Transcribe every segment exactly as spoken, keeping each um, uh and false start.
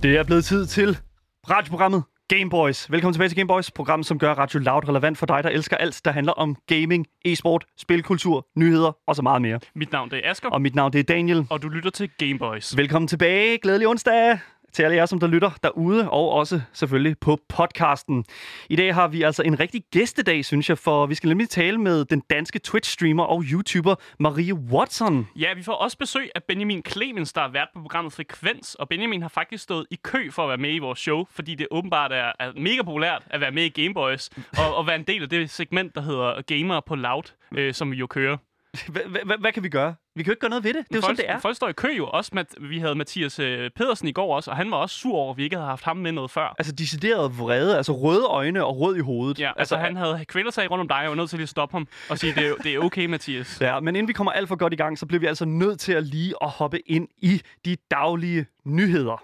Det er blevet tid til radioprogrammet Gameboys. Velkommen tilbage til Gameboys, program som gør Radio Loud relevant for dig, der elsker alt, der handler om gaming, e-sport, spilkultur, nyheder og så meget mere. Mit navn det er Asger. Og mit navn det er Daniel. Og du lytter til Gameboys. Velkommen tilbage. Glædelig onsdag til alle jer, som der lytter derude, og også selvfølgelig på podcasten. I dag har vi altså en rigtig gæstedag, synes jeg, for vi skal nemlig tale med den danske Twitch-streamer og YouTuber Marie Watson. Ja, vi får også besøg af Benjamin Clemens, der er vært på programmet Frekvens, og Benjamin har faktisk stået i kø for at være med i vores show, fordi det åbenbart er, er mega populært at være med i Gameboys, og, og være en del af det segment, der hedder Gamer på Loud, øh, som vi jo kører. Hvad kan vi gøre? Vi kan jo ikke gøre noget ved det. Det er jo folk, sådan, det er. Folk står i kø jo. Også med, vi havde Mathias øh, Pedersen i går også, og han var også sur over, at vi ikke havde haft ham med noget før. Altså decideret vrede, altså røde øjne og rød i hovedet. Ja, altså, altså han havde kvælertag rundt om dig, og var nødt til lige at stoppe ham og sige, det er, det er okay, Mathias. Ja, men inden vi kommer alt for godt i gang, så bliver vi altså nødt til at lige at hoppe ind i de daglige nyheder.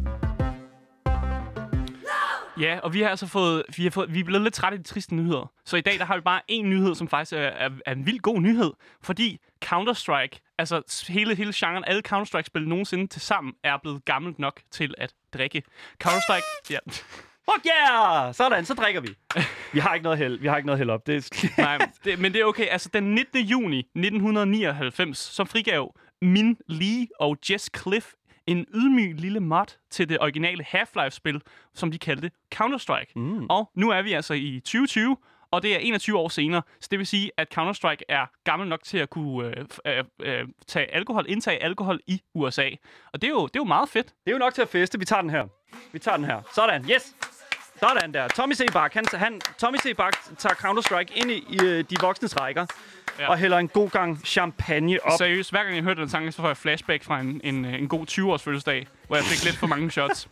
Ja, og vi har altså fået, vi, har fået, vi er blevet lidt trætte af de triste nyheder. Så i dag der har vi bare en nyhed, som faktisk er, er, er en vild god nyhed. Fordi Counter-Strike, altså hele, hele genren, alle Counter-Strike-spil nogensinde til sammen, er blevet gammelt nok til at drikke. Counter-Strike, ja. Fuck yeah! Sådan, så drikker vi. Vi har ikke noget held. Vi har ikke noget held op. Det er... Nej, det, men det er okay. Altså den nittende juni nitten nioghalvfems, som frigav Min Lee og Jess Cliff en ydmyg lille mod til det originale Half-Life-spil, som de kaldte Counter-Strike. Mm. Og nu er vi altså i tyve tyve, og det er enogtyve år senere, så det vil sige, at Counter-Strike er gammel nok til at kunne øh, øh, øh, tage alkohol, indtage alkohol i U S A. Og det er, jo, det er jo meget fedt. Det er jo nok til at feste. Vi tager den her. Vi tager den her. Sådan, yes! Sådan der. Tommy C. Bak, han, han, Tommy C. Bak tager Counter-Strike ind i, i de voksnes rækker. Ja. Og hælder en god gang champagne op. Seriøst, hver gang jeg hørte den sang, så får jeg flashback fra en, en, en god tyve-års fødselsdag, hvor jeg fik lidt for mange shots.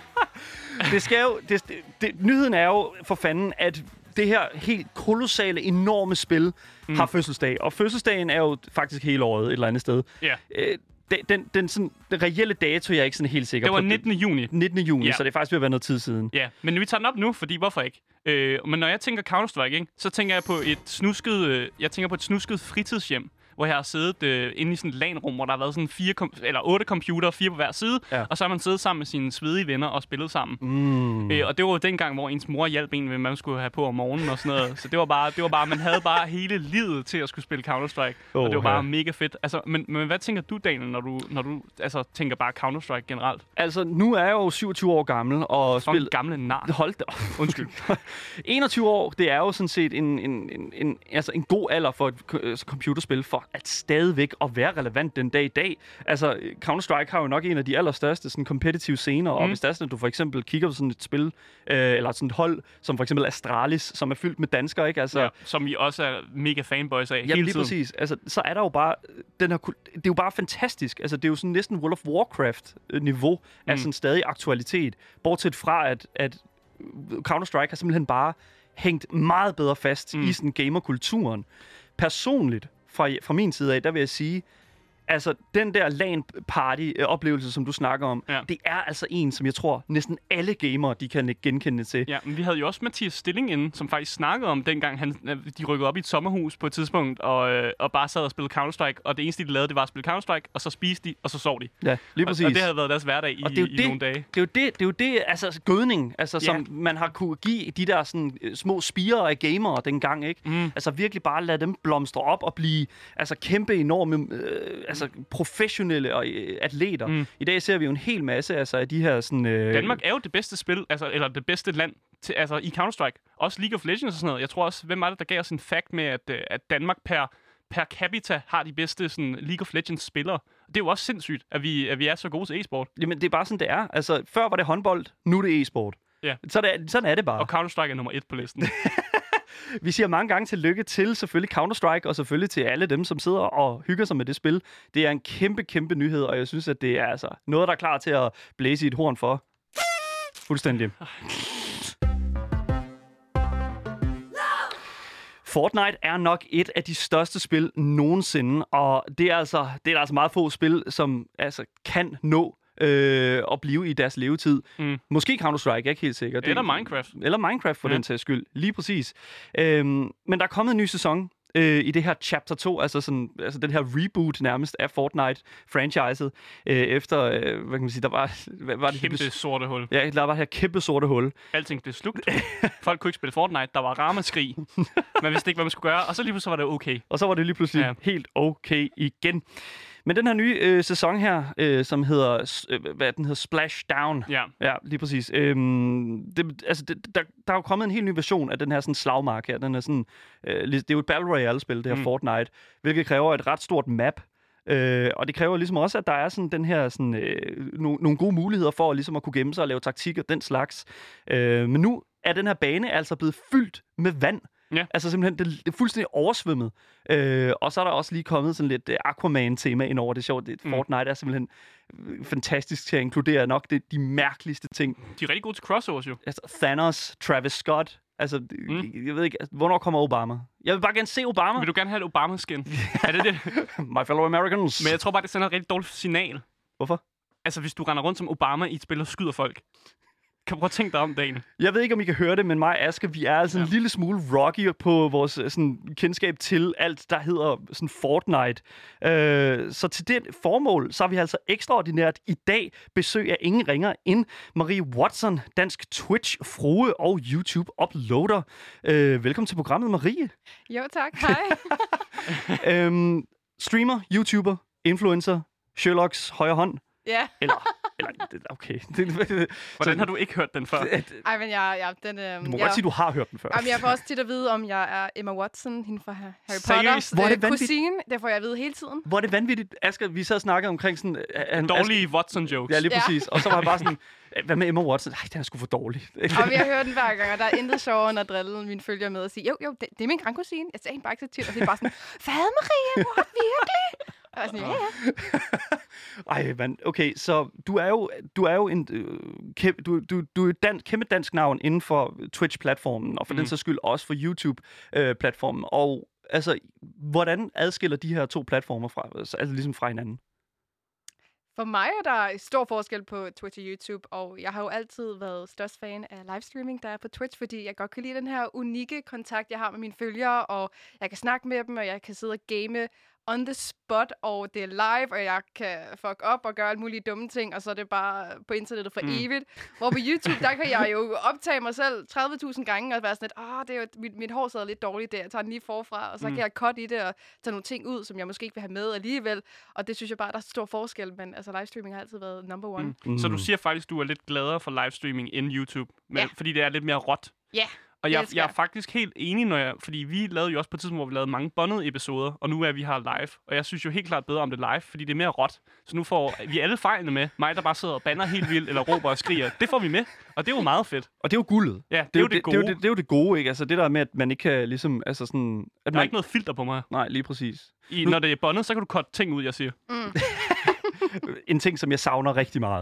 Det skal jo... Det, det, det, nyheden er jo for fanden, at det her helt kolossale, enorme spil mm. har fødselsdag. Og fødselsdagen er jo faktisk hele året et eller andet sted. Ja. Øh, den, den, den, sådan, den reelle dato, jeg er ikke sådan helt sikker på. Det var nittende juni. nittende juni, ja. Så det er faktisk ved at være noget tid siden. Ja, men vi tager den op nu, fordi hvorfor ikke? Øh, men når jeg tænker Counter-Strike, ikke, så tænker jeg på et snusket, øh, jeg tænker på et snusket fritidshjem, hvor jeg har siddet øh, inde i sådan et LAN-rum, hvor der har været sådan fire kom- eller otte computere, fire på hver side, ja. Og så har man siddet sammen med sine svedige venner og spillet sammen. Mm. Øh, og det var jo dengang, hvor ens mor hjalp en, hvad man skulle have på om morgenen og sådan noget. Så det var bare, det var bare, man havde bare hele livet til at skulle spille Counter-Strike, oh, og det var bare ja. mega fedt. Altså, men, men hvad tænker du, Daniel, når du, når du altså, tænker bare Counter-Strike generelt? Altså, nu er jeg jo syvogtyve år gammel og spiller... gamle nar. Hold da. Undskyld. enogtyve år, det er jo sådan set en, en, en, en, altså en god alder for et computerspil, for at stadigvæk at være relevant den dag i dag. Altså, Counter-Strike har jo nok en af de allerstørste sådan, competitive scener, mm. og hvis der er sådan, at du for eksempel kigger på sådan et spil, øh, eller sådan et hold, som for eksempel Astralis, som er fyldt med danskere, ikke? Altså, ja, som vi også er mega fanboys af jamen, hele lige tiden. Præcis. Altså, så er der jo bare, den her, det er jo bare fantastisk. Altså, det er jo sådan næsten World of Warcraft-niveau af mm. sådan stadig aktualitet. Bortset fra, at, at Counter-Strike har simpelthen bare hængt meget bedre fast mm. i sådan gamerkulturen. Personligt, Fra, fra min side af, der vil jeg sige, altså den der LAN-party-oplevelse, som du snakker om, ja. Det er altså en, som jeg tror næsten alle gamere, de kan genkende til. Ja, men vi havde jo også Mathias Stilling inde, som faktisk snakkede om, dengang han, de rykkede op i et sommerhus på et tidspunkt, og, øh, og bare sad og spillede Counter-Strike, og det eneste, de lavede, det var at spille Counter-Strike, og så spiste de, og så sov de. Ja, lige præcis. Og, og det havde været deres hverdag i, i det, nogle dage. Det er jo det, det, er jo det altså gødning, altså, ja. Som man har kunne give de der sådan, små spirer af gamere dengang, ikke? Mm. Altså virkelig bare lade dem blomstre op og blive altså, kæmpe enorme, øh, altså professionelle og, øh, atleter. Mm. I dag ser vi jo en hel masse altså, af de her sådan... Øh... Danmark er jo det bedste spil, altså, eller det bedste land til, altså, i Counter-Strike. Også League of Legends og sådan noget. Jeg tror også, hvem var det, der gav os en fact med, at, at Danmark per, per capita har de bedste sådan, League of Legends spillere. Det er jo også sindssygt, at vi, at vi er så gode til e-sport. Jamen, det er bare sådan, det er. Altså, før var det håndbold, nu er det e-sport. Ja. Så det, sådan er det bare. Og Counter-Strike er nummer et på listen. Vi siger mange gange tillykke til selvfølgelig Counter-Strike, og selvfølgelig til alle dem, som sidder og hygger sig med det spil. Det er en kæmpe, kæmpe nyhed, og jeg synes, at det er altså noget, der er klar til at blæse i et horn for. Fuldstændig. Fortnite er nok et af de største spil nogensinde, og det er altså, det er altså meget få spil, som altså kan nå øh, at blive i deres levetid. Mm. Måske Counter-Strike, jeg er ikke helt sikker. Eller Minecraft. Eller Minecraft for ja. Den sags skyld. Lige præcis. Øhm, men der er kommet en ny sæson øh, i det her chapter to, altså, sådan, altså den her reboot nærmest af Fortnite-franchiset, øh, efter, øh, hvad kan man sige, der var... Hvad var det, Kæmpe det sorte hul. Ja, der var det her kæmpe sorte hul. Alting blev slugt. Folk kunne ikke spille Fortnite. Der var ramaskrig. Man vidste ikke, hvad man skulle gøre. Og så lige pludselig var det okay. Og så var det lige pludselig Ja. helt okay igen. Men den her nye øh, sæson her, øh, som hedder, øh, hvad den hedder, Splashdown. Ja. Ja, lige præcis. Øhm, det, altså, det, der, der er jo kommet en helt ny version af den her sådan slagmark her. Den er sådan, øh, det er jo et Battle Royale-spil, det her Mm. Fortnite, hvilket kræver et ret stort map. Øh, og det kræver ligesom også, at der er sådan den her sådan, øh, no, nogle gode muligheder for ligesom at kunne gemme sig og lave taktik og den slags. Øh, men nu er den her bane altså blevet fyldt med vand. Ja. Altså simpelthen, det, det er fuldstændig oversvømmet. Øh, og så er der også lige kommet sådan lidt uh, Aquaman-tema ind over det. Sjovt, det, Mm. Fortnite er simpelthen øh, fantastisk til at inkludere nok det, de mærkeligste ting. De er rigtig gode til crossovers, jo. Altså Thanos, Travis Scott. Altså, Mm. mm. jeg ved ikke, altså, hvornår kommer Obama? Jeg vil bare gerne se Obama. Vil du gerne have et Obama-skin? Er det det? My fellow Americans. Men jeg tror bare, det sender et rigtig dårligt signal. Hvorfor? Altså, hvis du render rundt som Obama i et spil og skyder folk. Kan du prøve at tænke dig om, Daniel? Jeg ved ikke, om I kan høre det, men mig og Asger, vi er altså ja. en lille smule rocky på vores sådan, kendskab til alt, der hedder sådan Fortnite. Øh, så til det formål, så har vi altså ekstraordinært i dag besøg af ingen ringer end Marie Watson, dansk Twitch-frue og YouTube-uploader. Øh, velkommen til programmet, Marie. Jo, tak. Hej. øhm, streamer, YouTuber, influencer, Sherlocks højre hånd. Ja. Eller, eller okay. Hvordan har du ikke hørt den før? Ej, men jeg... jeg den, øhm, Du må jeg, godt sige, du har hørt den før. Jamen, jeg får også tit at vide, om jeg er Emma Watson, hende fra Harry Seriøst? Potter. Hvor er det øh, vanvittigt? kusine. Det får jeg at vide hele tiden. Hvor er det vanvittigt. Asger, vi sad og snakkede omkring sådan... Uh, han, Dårlige Watson-jokes. Ja, lige Ja. præcis. Og så var jeg bare sådan, hvad med Emma Watson? Nej, den er sgu for dårlig. Og vi har hørt den hver gang, og der er intet sjovere, end at drille mine følger med og sige, jo, jo, det, det er min grandkusine. Jeg sagde hende bare ikke så tit, og det er bare sådan, hvad, Maria? What, virkelig? Og jeg er sådan, ja, ja. Ej, mand. Okay, så du er jo, du er jo en øh, kæmpe, du, du, du er et dan, kæmpe dansk navn inden for Twitch-platformen, og for mm. den så skyld også for YouTube-platformen. Og altså, hvordan adskiller de her to platformer fra, altså ligesom fra hinanden? For mig er der stor forskel på Twitch og YouTube, og jeg har jo altid været størst fan af livestreaming, der er på Twitch, fordi jeg godt kan lide den her unikke kontakt, jeg har med mine følgere, og jeg kan snakke med dem, og jeg kan sidde og game on the spot, og det er live, og jeg kan fuck op og gøre alle mulige dumme ting, og så er det bare på internettet for mm. evigt. Hvor på YouTube, der kan jeg jo optage mig selv tredive tusind gange, og være sådan lidt, åh, det er jo, mit, mit hår sidder lidt dårligt der, jeg tager den lige forfra, og så mm. kan jeg cut i det, og tage nogle ting ud, som jeg måske ikke vil have med alligevel, og det synes jeg bare, der er stor forskel, men altså livestreaming har altid været number one. Mm. Så du siger faktisk, du er lidt gladere for livestreaming end YouTube, men, Ja. fordi det er lidt mere råt. Ja. Og Det jeg, elsker jeg er jeg. faktisk helt enig, når jeg, fordi vi lavede jo også på et tidspunkt, hvor vi lavede mange bondede episoder, og nu er vi her live. Og jeg synes jo helt klart bedre om det live, fordi det er mere råt. Så nu får vi alle fejlene med. Mig, der bare sidder og bander helt vildt, eller råber og skriger. Det får vi med, og det er jo meget fedt. Og det er jo guldet. Ja, det, Det er, er jo jo det, det, gode. det, er jo det, det er jo det gode, ikke? Altså det der med, at man ikke kan ligesom, altså sådan... At Der man er ikke noget filter på mig. Nej, lige præcis. I, Nu- når det er bondet, så kan du cutte ting ud, jeg siger. Mm. En ting, som jeg savner rigtig meget.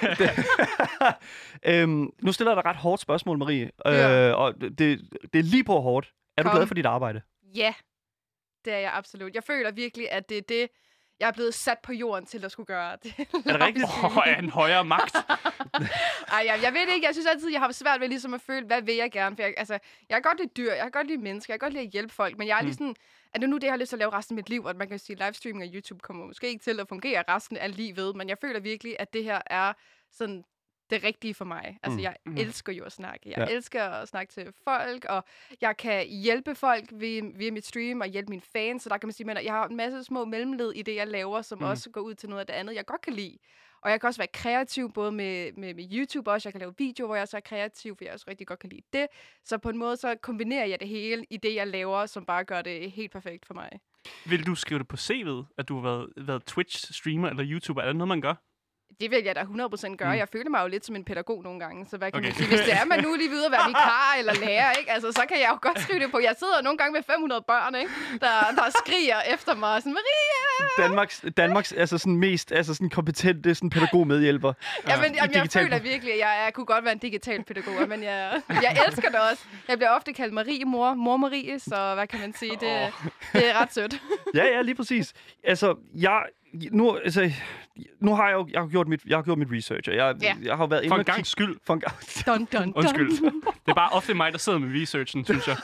øhm, nu stiller jeg dig et ret hårdt spørgsmål, Marie. Ja. Øh, og det, det er lige på hårdt. Er du Kom. glad for dit arbejde? Ja, det er jeg absolut. Jeg føler virkelig, at det er det, jeg er blevet sat på jorden til at skulle gøre. Det Er det rigtigt? Åh, oh, en højere magt. Ej, jeg, jeg ved det ikke. Jeg synes altid, jeg har svært ved ligesom at føle, hvad vil jeg gerne? For jeg, altså, jeg kan godt lide dyr, jeg kan godt lide mennesker, jeg kan godt lide at hjælpe folk, men jeg er Mm. lige sådan, er det nu det, jeg har lyst til at lave resten af mit liv? Og man kan sige, at livestreaming og YouTube kommer måske ikke til at fungere resten af livet, men jeg føler virkelig, at det her er sådan det rigtige for mig. Altså, Mm. jeg Mm. elsker jo at snakke. Jeg Ja. elsker at snakke til folk, og jeg kan hjælpe folk via, via mit stream og hjælpe mine fans. Så der kan man sige, at jeg har en masse små mellemled i det, jeg laver, som Mm. også går ud til noget af det andet, jeg godt kan lide. Og jeg kan også være kreativ, både med, med, med YouTube også. Jeg kan lave videoer, hvor jeg så er kreativ, for jeg også rigtig godt kan lide det. Så på en måde, så kombinerer jeg det hele i det, jeg laver, som bare gør det helt perfekt for mig. Vil du skrive det på C V'et, at du har været, været Twitch-streamer eller YouTuber? Er det noget, man gør? Det vil jeg da hundrede procent gøre. Mm. Mm. Jeg føler mig jo lidt som en pædagog nogle gange. Så hvad kan Okay. okay. man sige? Hvis det er, man nu lige ved at være vikar eller lærer, ikke? Altså, så kan jeg jo godt skrive det på. Jeg sidder nogle gange med fem hundrede børn, ikke? Der, der skriger efter mig. Sådan, Maria! Danmarks, Danmarks altså sådan mest altså sådan kompetente sådan pædagogmedhjælper. Ja, men, i jamen, jeg digital- føler virkelig, at jeg, jeg kunne godt være en digital pædagog, men jeg, jeg elsker det også. Jeg bliver ofte kaldt Marie, mor, mor Marie, så hvad kan man sige? Det, det er ret sødt. Ja, ja, lige præcis. Altså, jeg... Nu, altså, nu har jeg jo jeg har gjort mit, jeg har gjort mit research, og jeg, Ja. jeg har været For inde en og gang skyld. For en gang. Dun, dun, dun. Undskyld. Det er bare ofte mig, der sidder med researchen, synes jeg.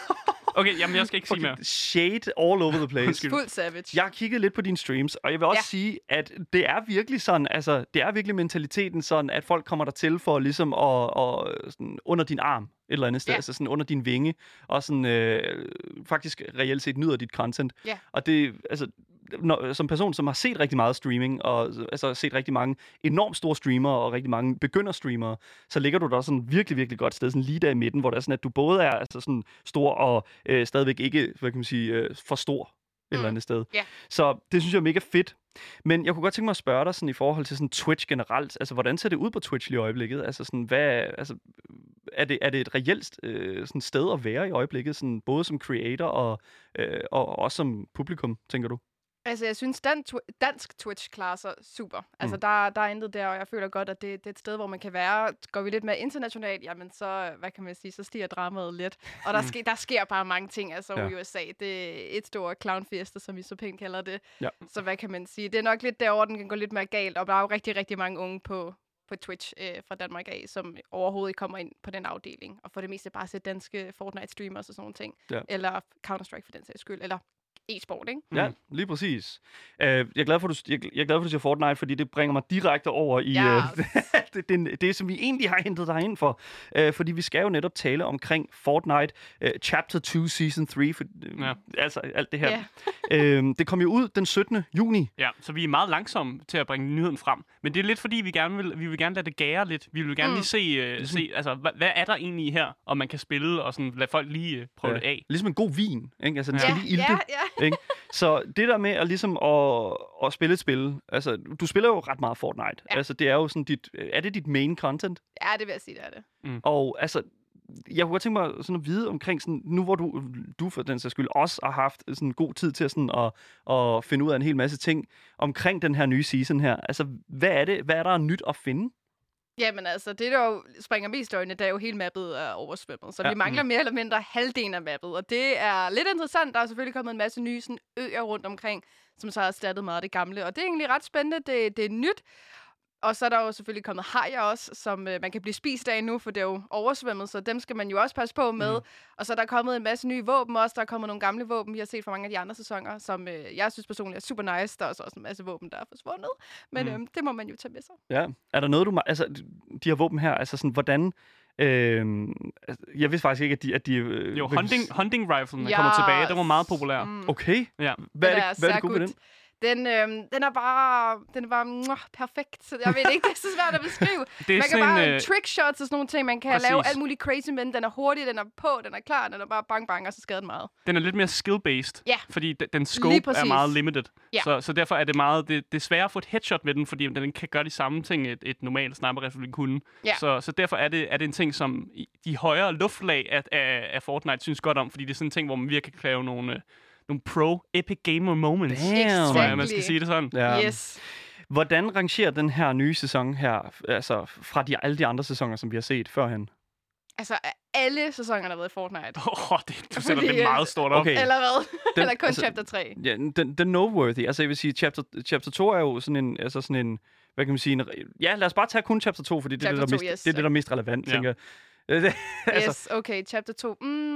Okay, jamen jeg skal ikke sige mere. Shade all over the place. Fuld savage. Jeg har kigget lidt på dine streams, og jeg vil også Ja. sige, at det er virkelig sådan, altså, det er virkelig mentaliteten sådan, at folk kommer der til for ligesom at, at sådan, under din arm et eller andet sted, Ja. altså sådan under din vinge, og sådan øh, faktisk reelt set nyder dit content. Ja. Og det, altså, når, som person, som har set rigtig meget streaming, og altså set rigtig mange enormt store streamere, og rigtig mange begynder-streamere, så ligger du der sådan virkelig, virkelig godt sted, sådan lige der i midten, hvor det er sådan, at du både er altså sådan stor og øh, stadigvæk ikke, hvad kan man sige, øh, for stor et Mm. eller andet sted. Ja. Så det synes jeg er mega fedt. Men jeg kunne godt tænke mig at spørge dig sådan, i forhold til sådan Twitch generelt. Altså, hvordan ser det ud på Twitch lige i øjeblikket? Altså, sådan, hvad, altså, er, det, er det et reelt øh, sådan sted at være i øjeblikket? Sådan, både som creator og, øh, og også som publikum, tænker du? Altså, jeg synes, dan- tw- dansk Twitch klarer sig super. Altså, Mm. der, der er intet der, og jeg føler godt, at det, det er et sted, hvor man kan være. Går vi lidt mere internationalt, jamen så, hvad kan man sige, så stiger dramaet lidt. Og der, ske, der sker bare mange ting, altså Ja. i U S A. Det er et stort clownfiesta, som vi så pænt kalder det. Ja. Så hvad kan man sige? Det er nok lidt derovre, den kan gå lidt mere galt, og der er jo rigtig, rigtig mange unge på, på Twitch øh, fra Danmark af, som overhovedet ikke kommer ind på den afdeling. Og for det meste bare set danske Fortnite-streamers og sådan nogle ting. Ja. Eller Counter-Strike for den sags skyld. Eller e-sport, ikke? Ja, lige præcis. Uh, jeg, er glad for, du, jeg, jeg er glad for, du siger Fortnite, fordi det bringer mig direkte over i Ja. uh, det, det, det, som vi egentlig har hentet dig ind for. Uh, fordi vi skal jo netop tale omkring Fortnite uh, Chapter to Season tre. For, uh, Ja. Altså alt det her. Ja. uh, det kom jo ud den syttende juni. Ja, så vi er meget langsomme til at bringe nyheden frem. Men det er lidt fordi, vi gerne vil, vi vil gerne lade det gære lidt. Vi vil gerne Mm. lige se, uh, se altså, hvad, hvad er der egentlig her, og man kan spille, og sådan lade folk lige uh, prøve Ja. det af. Ligesom en god vin. Ikke? Altså, den skal Ja, lige ilte. ja, ja. Ikke? Så det der med at, ligesom at, at spille et spil, altså du spiller jo ret meget Fortnite. Ja. Altså det er jo sådan dit, er det dit main content? Ja, det vil jeg sige, det er det. Og altså, jeg kunne godt tænke mig sådan at vide omkring sådan, nu hvor du, du for den sags skyld også har haft sådan god tid til at, sådan at, at finde ud af en hel masse ting omkring den her nye season her. Altså, hvad er det, hvad er der nyt at finde? Jamen altså, det der jo springer mest i øjnene, det er jo hele mappet er oversvømmet. Så Ja. ja. vi mangler mere eller mindre halvdelen af mappet. Og det er lidt interessant. Der er selvfølgelig kommet en masse nye sådan, øer rundt omkring, som så har erstattet meget af det gamle. Og det er egentlig ret spændende. Det, det er nyt. Og så er der jo selvfølgelig kommet hajer også, som øh, man kan blive spist af nu, for det er jo oversvømmet, så dem skal man jo også passe på med. Mm. Og så er der kommet en masse nye våben også. Der er kommet nogle gamle våben, vi har set fra mange af de andre sæsoner, som øh, jeg synes personligt er super nice. Der er også en masse våben, der er forsvundet. Men Mm. øh, det må man jo tage med sig. Ja. Er der noget, du... ma- Altså, de her våben her, altså sådan, hvordan... Øh, altså, jeg vidste faktisk ikke, at de... At de øh, Jo, hvad- hunting, hunting riflen er Ja, kommet tilbage. Den var meget populær. Mm. Okay. Ja. Hvad er Den det, er hvad er det sehr gode ved gut. den? Den, øhm, den er bare, den er bare mwah, perfekt. Så jeg ved ikke, det er så svært at beskrive. Det er Man kan sådan bare en, øh, øh, trick shots og sådan nogle ting. Man kan præcis. lave alt muligt crazy med den. Den er hurtig, den er på, den er klar, den er bare bang bang, og så skader den meget. den er lidt mere skill-based, Ja. fordi d- den Lige scope er præcis. meget limited. Ja. Så, så derfor er det meget det, det er svært at få et headshot med den, fordi den kan gøre de samme ting, et, et normalt sniper-rifle ville kunne. Ja. Så, så derfor er det, er det en ting, som i- de højere luftlag af, af, af Fortnite synes godt om, fordi det er sådan en ting, hvor man virkelig kan kræve nogle, øh, nogle pro epic gamer moments. Damn. Tror jeg, man skal Exactly. sige det sådan. Ja. Yes. Hvordan rangerer den her nye sæson her, altså fra de, alle de andre sæsoner, som vi har set førhen? Altså, af alle sæsonerne, der har været i Fortnite. Åh, oh, det, du sætter Fordi, det øh, meget stort op. Okay. Eller hvad? Den- Eller kun altså- chapter tre. Ja, den, den noteworthy. Altså, jeg vil sige, chapter, chapter to er jo sådan en, altså sådan en, hvad kan man sige, en, ja, lad os bare tage kun chapter to, fordi det er, Chapter det, der, to, mest, yes. det, er det, der er mest relevant, Ja. tænker jeg. altså, Yes, okay, chapter to.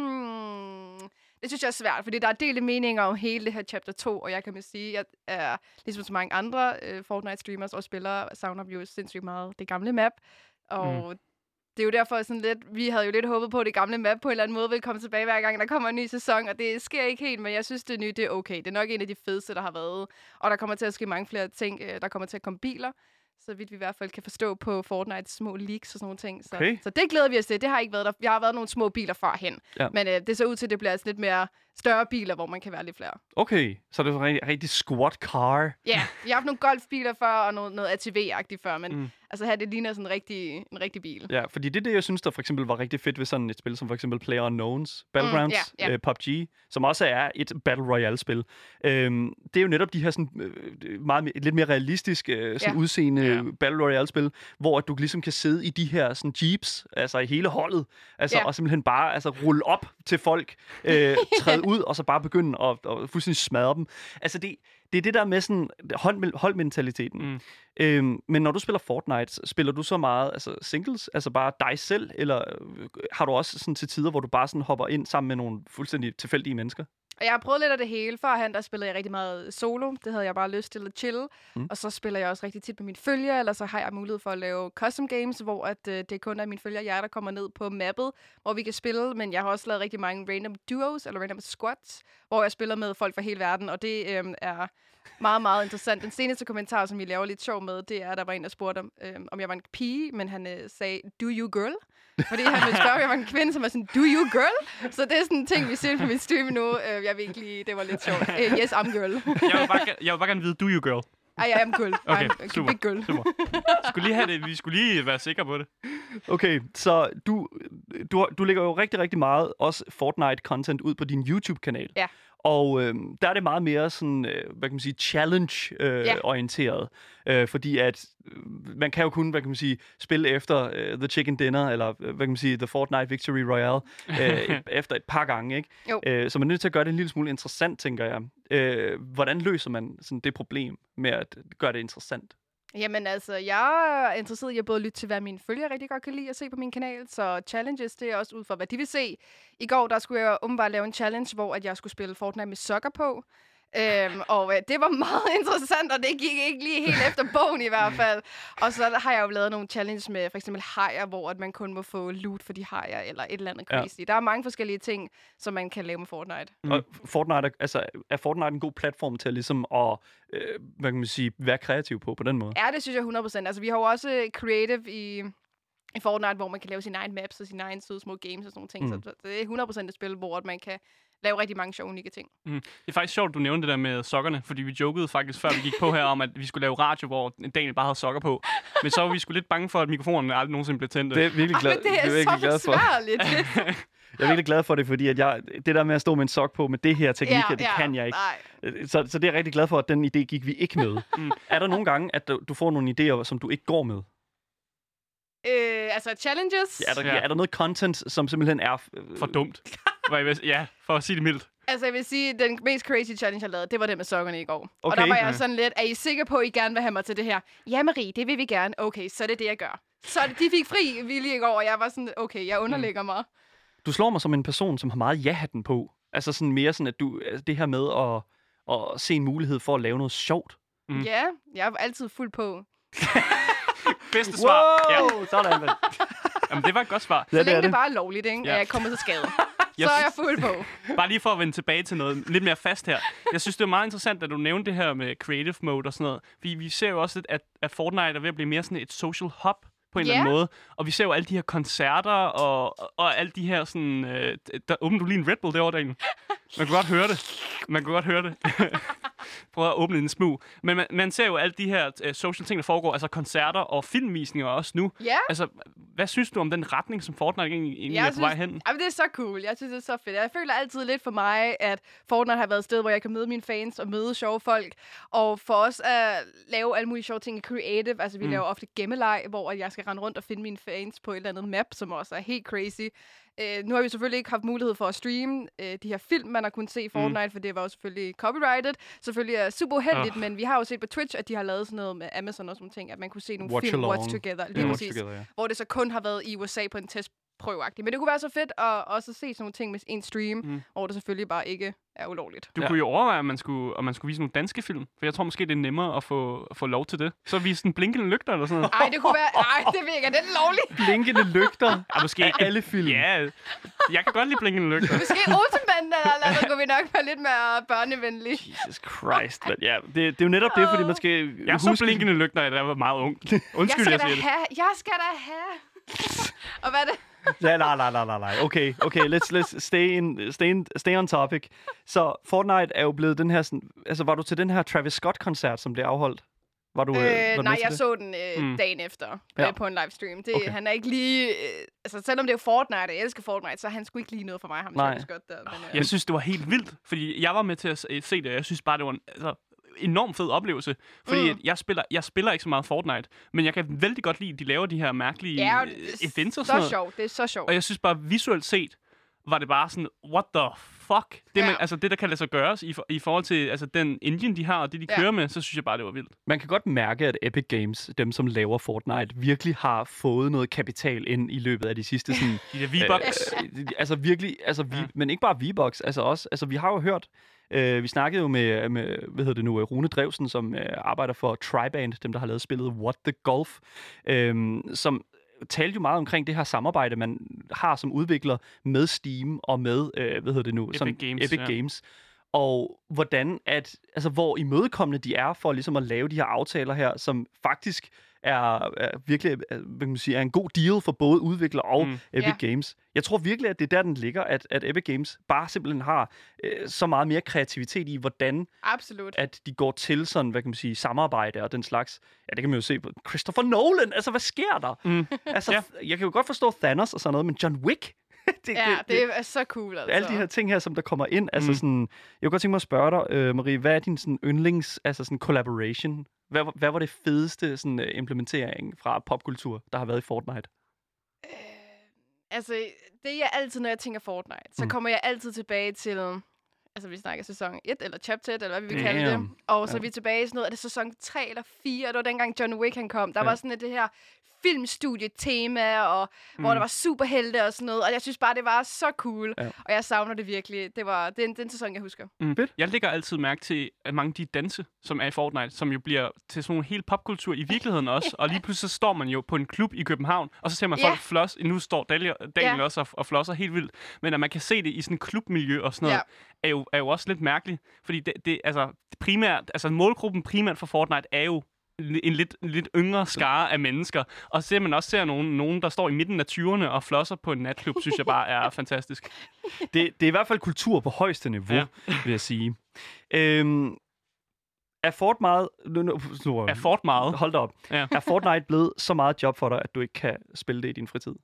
Mm, det synes jeg er svært, fordi der er delte meninger om hele det her chapter to, og jeg kan man sige, at jeg er ligesom så mange andre øh, Fortnite-streamers og spillere, savner vi jo sindssygt meget det gamle map, og mm. det er jo derfor sådan lidt, vi havde jo lidt håbet på, at det gamle map på en eller anden måde ville komme tilbage hver gang, der kommer en ny sæson, og det sker ikke helt, men jeg synes, det nye, det er okay. Det er nok en af de fedeste, der har været, og der kommer til at ske mange flere ting. Øh, Der kommer til at komme biler, så vidt vi i hvert fald kan forstå på Fortnite små leaks og sådan nogle ting. Så, Okay. så det glæder vi os til. Det har ikke været der. Jeg har været nogle små biler førhen, Ja. men øh, det ser ud til, at det bliver altså lidt mere større biler, hvor man kan være lidt flere. okay, så det er rigtig, rigtig squad car. Ja, vi har haft nogle golfbiler før, og noget, noget A T V-agtigt før, men Mm. mm. altså her, det ligner sådan en rigtig, en rigtig bil. Ja, fordi det er det, jeg synes, der for eksempel var rigtig fedt ved sådan et spil, som for eksempel PlayerUnknown's Battlegrounds, Mm, ja, ja. øh, P U B G, som også er et Battle Royale-spil. Øhm, det er jo netop de her sådan, øh, meget, mere- lidt mere realistisk øh, sådan Ja. udseende Ja. Battle Royale-spil, hvor at du ligesom kan sidde i de her sådan, jeeps, altså i hele holdet, altså, Ja. og simpelthen bare altså, rulle op til folk, øh, træde ud, og så bare begynde at, at fuldstændig smadre dem. Altså det, det er det der med sådan hold, holdmentaliteten. Mm. Øhm, men når du spiller Fortnite, Fortnite, spiller du så meget altså singles, altså bare dig selv, eller øh, har du også sådan til tider, hvor du bare sådan hopper ind sammen med nogle fuldstændig tilfældige mennesker? Jeg har prøvet lidt af det hele. Førhen, der spillede jeg rigtig meget solo. Det havde jeg bare lyst til at chille. Mm. Og så spiller jeg også rigtig tit med mine følgere, eller så har jeg mulighed for at lave custom games, hvor at, øh, det kun er mine følgere, jeg der kommer ned på mappet, hvor vi kan spille. Men jeg har også lavet rigtig mange random duos, eller random squads, hvor jeg spiller med folk fra hele verden, og det øh, er meget, meget interessant. Den seneste kommentar, som vi laver lidt sjov med, det er, at der var en, der spurgte, om, øh, om jeg var en pige, men han øh, sagde, do you girl? Fordi han ville spørge, om jeg var en kvinde, som var sådan, do you girl? Så det er sådan en ting, vi ser på min stream nu. Uh, jeg ved ikke lige, det var lidt sjovt. Uh, yes, I'm girl. jeg, vil bare, jeg vil bare gerne vide, do you girl? Ej, jeg er en girl. Okay, I'm super. Big girl. Super. Skulle lige have det. Vi skulle lige være sikre på det. Okay, så du, du, du lægger jo rigtig, rigtig meget også Fortnite-content ud på din YouTube-kanal. Ja. Og øh, der er det meget mere sådan, øh, hvad kan man sige, challenge-orienteret. Øh, ja. øh, fordi at øh, man kan jo kun, hvad kan man sige, spille efter øh, The Chicken Dinner, eller øh, hvad kan man sige, The Fortnite Victory Royale, øh, efter et par gange, ikke? Jo. Øh, så man er nødt til at gøre det en lille smule interessant, tænker jeg. Øh, hvordan løser man sådan det problem med at gøre det interessant? Jamen altså, jeg er interesseret i at både lytte til, hvad mine følgere rigtig godt kan lide at se på min kanal, så challenges, det er også ud fra, hvad de vil se. I går, der skulle jeg åbenbart lave en challenge, hvor at jeg skulle spille Fortnite med sokker på. Øhm, og øh, det var meget interessant, og det gik ikke lige helt efter bogen i hvert fald. Og så har jeg jo lavet nogle challenges med for eksempel hajer, hvor at man kun må få loot for de hajer, eller et eller andet crazy. Ja. Der er mange forskellige ting, som man kan lave med Fortnite. Mm. Og Fortnite er, altså, er Fortnite en god platform til ligesom at øh, hvad kan man sige, være kreativ på, på den måde? Ja, det synes jeg hundrede procent. Altså, vi har jo også creative i... i Fortnite, hvor man kan lave sine egne maps og sine egne søde små games og sådan nogle ting. Mm. Så det er hundrede procent et spil, hvor man kan lave rigtig mange sjove, unikke ting. Mm. Det er faktisk sjovt, du nævnte det der med sokkerne, fordi vi jokede faktisk, før vi gik på her, om at vi skulle lave radio, hvor Daniel bare havde sokker på. Men så var vi sgu lidt bange for, at mikrofonen aldrig nogensinde blev tændt. Det er virkelig glad, Ej, det er, det er virkelig glad for. Jeg er virkelig glad for det, fordi at jeg, det der med at stå med en sok på med det her teknik, ja, det ja, kan jeg ikke. Så, så det er jeg rigtig glad for, at den idé gik vi ikke med. Mm. Er der nogle gange, at du får nogle idéer, som du ikke går med? Øh, altså challenges? Ja, er, der, ja. er der noget content, som simpelthen er... Øh, for dumt. Ja, for at sige det mildt. Altså, jeg vil sige, at den mest crazy challenge, jeg lavede, det var det med sokkerne i går. Okay. Og der var jeg sådan lidt, er I sikre på, at I gerne vil have mig til det her? Ja, Marie, det vil vi gerne. Okay, så er det det, jeg gør. Så de fik fri vilje i går, og jeg var sådan, okay, jeg underlægger mm. mig. Du slår mig som en person, som har meget ja-hatten på. Altså sådan mere sådan, at du... Altså det her med at, at se en mulighed for at lave noget sjovt. Mm. Ja, jeg er altid fuld på. Bedste svar. Wow, ja. Sådan vel. Jamen, det var et godt svar. Så længe det, det bare er lovligt, ikke? Ja. At jeg kommer til skade. Så er jeg fuld på. Bare lige for at vende tilbage til noget lidt mere fast her. Jeg synes, det er meget interessant, at du nævnte det her med creative mode og sådan noget. Vi, vi ser jo også, at, at Fortnite er ved at blive mere sådan et social hub på en yeah. eller anden måde. Og vi ser jo alle de her koncerter og, og, og alle de her sådan... Øh, der åbner du lige en Red Bull derovre, Daniel. Man kan godt høre det. Man kan godt høre det. Prøv at åbne en smug. Men man, man ser jo alle de her uh, social ting, der foregår, altså koncerter og filmvisninger også nu. Ja. Altså, hvad synes du om den retning, som Fortnite egentlig, egentlig er på vej hen? Jamen, det er så cool. Jeg synes, det er så fedt. Jeg føler altid lidt for mig, at Fortnite har været et sted, hvor jeg kan møde mine fans og møde sjove folk. Og for os at lave alle mulige sjove ting i creative, altså vi mm. laver ofte gemmeleg, hvor jeg skal rende rundt og finde mine fans på et eller andet map, som også er helt crazy. Uh, nu har vi selvfølgelig ikke haft mulighed for at streame uh, de her film, man har kunnet se i Fortnite, mm. for det var jo selvfølgelig copyrighted. Selvfølgelig er super uheldigt, oh. men vi har jo set på Twitch, at de har lavet sådan noget med Amazon og sådan ting, at man kunne se nogle watch film, along. watch together, lige yeah, præcis, watch together, yeah. hvor det så kun har været i U S A på en testprøveagtig. Men det kunne være så fedt at også se sådan nogle ting med en stream, mm. hvor det selvfølgelig bare ikke er ulovligt. Du ja. kunne jo overveje, at man skulle, at man skulle vise nogle danske film, for jeg tror måske, det er nemmere at få, at få lov til det. Så vise sådan blinkende lygter eller sådan noget. Ej, det kunne være... Ej, det virker. Det er lovligt. Blinkende lygter? Ja, måske af alle film. Ja, jeg kan godt lide blinkende lygter. Måske Olsenbanden eller noget, kunne vi nok være lidt mere børnevenlige. Jesus Christ, men ja, det, det er jo netop det, fordi man skal jeg huske... så blinkende lygter, da jeg var meget ung. Undskyld, jeg, jeg siger det. Have, jeg skal da have... Og hvad er det? Ja, nej, nej, nej, nej, nej. Okay, okay, let's, let's stay, in, stay, in, stay on topic. Så Fortnite er jo blevet den her... Sådan, altså, var du til den her Travis Scott-koncert, som blev afholdt? Var du, øh, var du nej, jeg det? så den øh, mm. dagen efter ja. øh, på en livestream. Det, okay. Han er ikke lige... Øh, altså, selvom det er Fortnite, og jeg elsker Fortnite, så er han sgu ikke lige noget for mig, ham nej. Travis Scott der. Men, øh. Jeg synes, det var helt vildt, fordi jeg var med til at se det, og jeg synes bare, det var en... Altså, enormt fed oplevelse, fordi mm. jeg spiller jeg spiller ikke så meget Fortnite, men jeg kan vældig godt lide, at de laver de her mærkelige ja, events og så sådan noget. Sjovt. Det er så sjovt. Og jeg synes bare visuelt set, var det bare sådan, what the fuck? Det, Ja. man, altså, det der kan lade sig gøres i, for, i forhold til altså, den engine, de har, og det, de Ja. kører med, så synes jeg bare, det var vildt. Man kan godt mærke, at Epic Games, dem som laver Fortnite, virkelig har fået noget kapital ind i løbet af de sidste sådan... De der V-Bucks. øh, altså virkelig, altså vi, Ja. men ikke bare V-Bucks, altså også, altså vi har jo hørt, øh, vi snakkede jo med, med, hvad hedder det nu, Rune Drevsen, som øh, arbejder for Triband, dem der har lavet spillet What the Golf, øh, som talte jo meget omkring det her samarbejde, man har som udvikler med Steam og med, øh, hvad hedder det nu, Epic som Games, Epic ja. Games. Og hvordan at, altså hvor imødekommende de er for ligesom at lave de her aftaler her, som faktisk er, er virkelig er, hvad kan man sige, er en god deal for både udviklere og Mm. mm. Epic Ja. Games. Jeg tror virkelig, at det er der, den ligger, at, at Epic Games bare simpelthen har øh, så meget mere kreativitet i, hvordan Absolut. at de går til sådan, hvad kan man sige, samarbejde og den slags. Ja, det kan man jo se på Christopher Nolan. Altså, hvad sker der? Mm. Altså, Ja. jeg kan jo godt forstå Thanos og sådan noget, men John Wick? det, Ja, det er så cool, altså. alle de her ting her, som der kommer ind, altså Mm. sådan, jeg kunne godt tænke mig at spørge dig, øh, Marie, hvad er din sådan yndlings, altså sådan collaboration? Hvad, hvad var det fedeste sådan øh, implementering fra popkultur, der har været i Fortnite? Øh, altså, det jeg altid, når jeg tænker Fortnite, så Mm. kommer jeg altid tilbage til, altså vi snakker sæson et, eller chapter et, eller hvad vi vil kalde det. Damn. Og så Ja. er vi tilbage i sådan noget, er det sæson tre eller fire, det var dengang John Wick han kom. Der Ja. var sådan et, det her filmstudietema, og mm. hvor der var superhelte og sådan noget. Og jeg synes bare, det var så cool. Ja. Og jeg savner det virkelig. Det var den, den sæson, jeg husker. Mm. Fedt. Jeg lægger altid mærke til at mange af de danse, som er i Fortnite, som jo bliver til sådan en helt popkultur i virkeligheden også. Og lige pludselig så står man jo på en klub i København, og så ser man Ja. folk floss. Nu står Daniel, Daniel Ja. også og, og flosser helt vildt. Men at man kan se det i sådan en klubmiljø og sådan noget, Ja. er, jo, er jo også lidt mærkeligt. Fordi det, det, altså, primært, altså målgruppen primært for Fortnite er jo en lidt, lidt yngre skare af mennesker. Og så ser man også ser nogen, nogen, der står i midten af tyverne og flosser på en natklub, synes jeg bare er fantastisk. Det, det er i hvert fald kultur på højeste niveau, Ja. ja. vil jeg sige. Øhm, er Fortnite... Nu, nu, nu, Er Fort meget? Hold da op. Ja. Er Fortnite blevet så meget job for dig, at du ikke kan spille det i din fritid?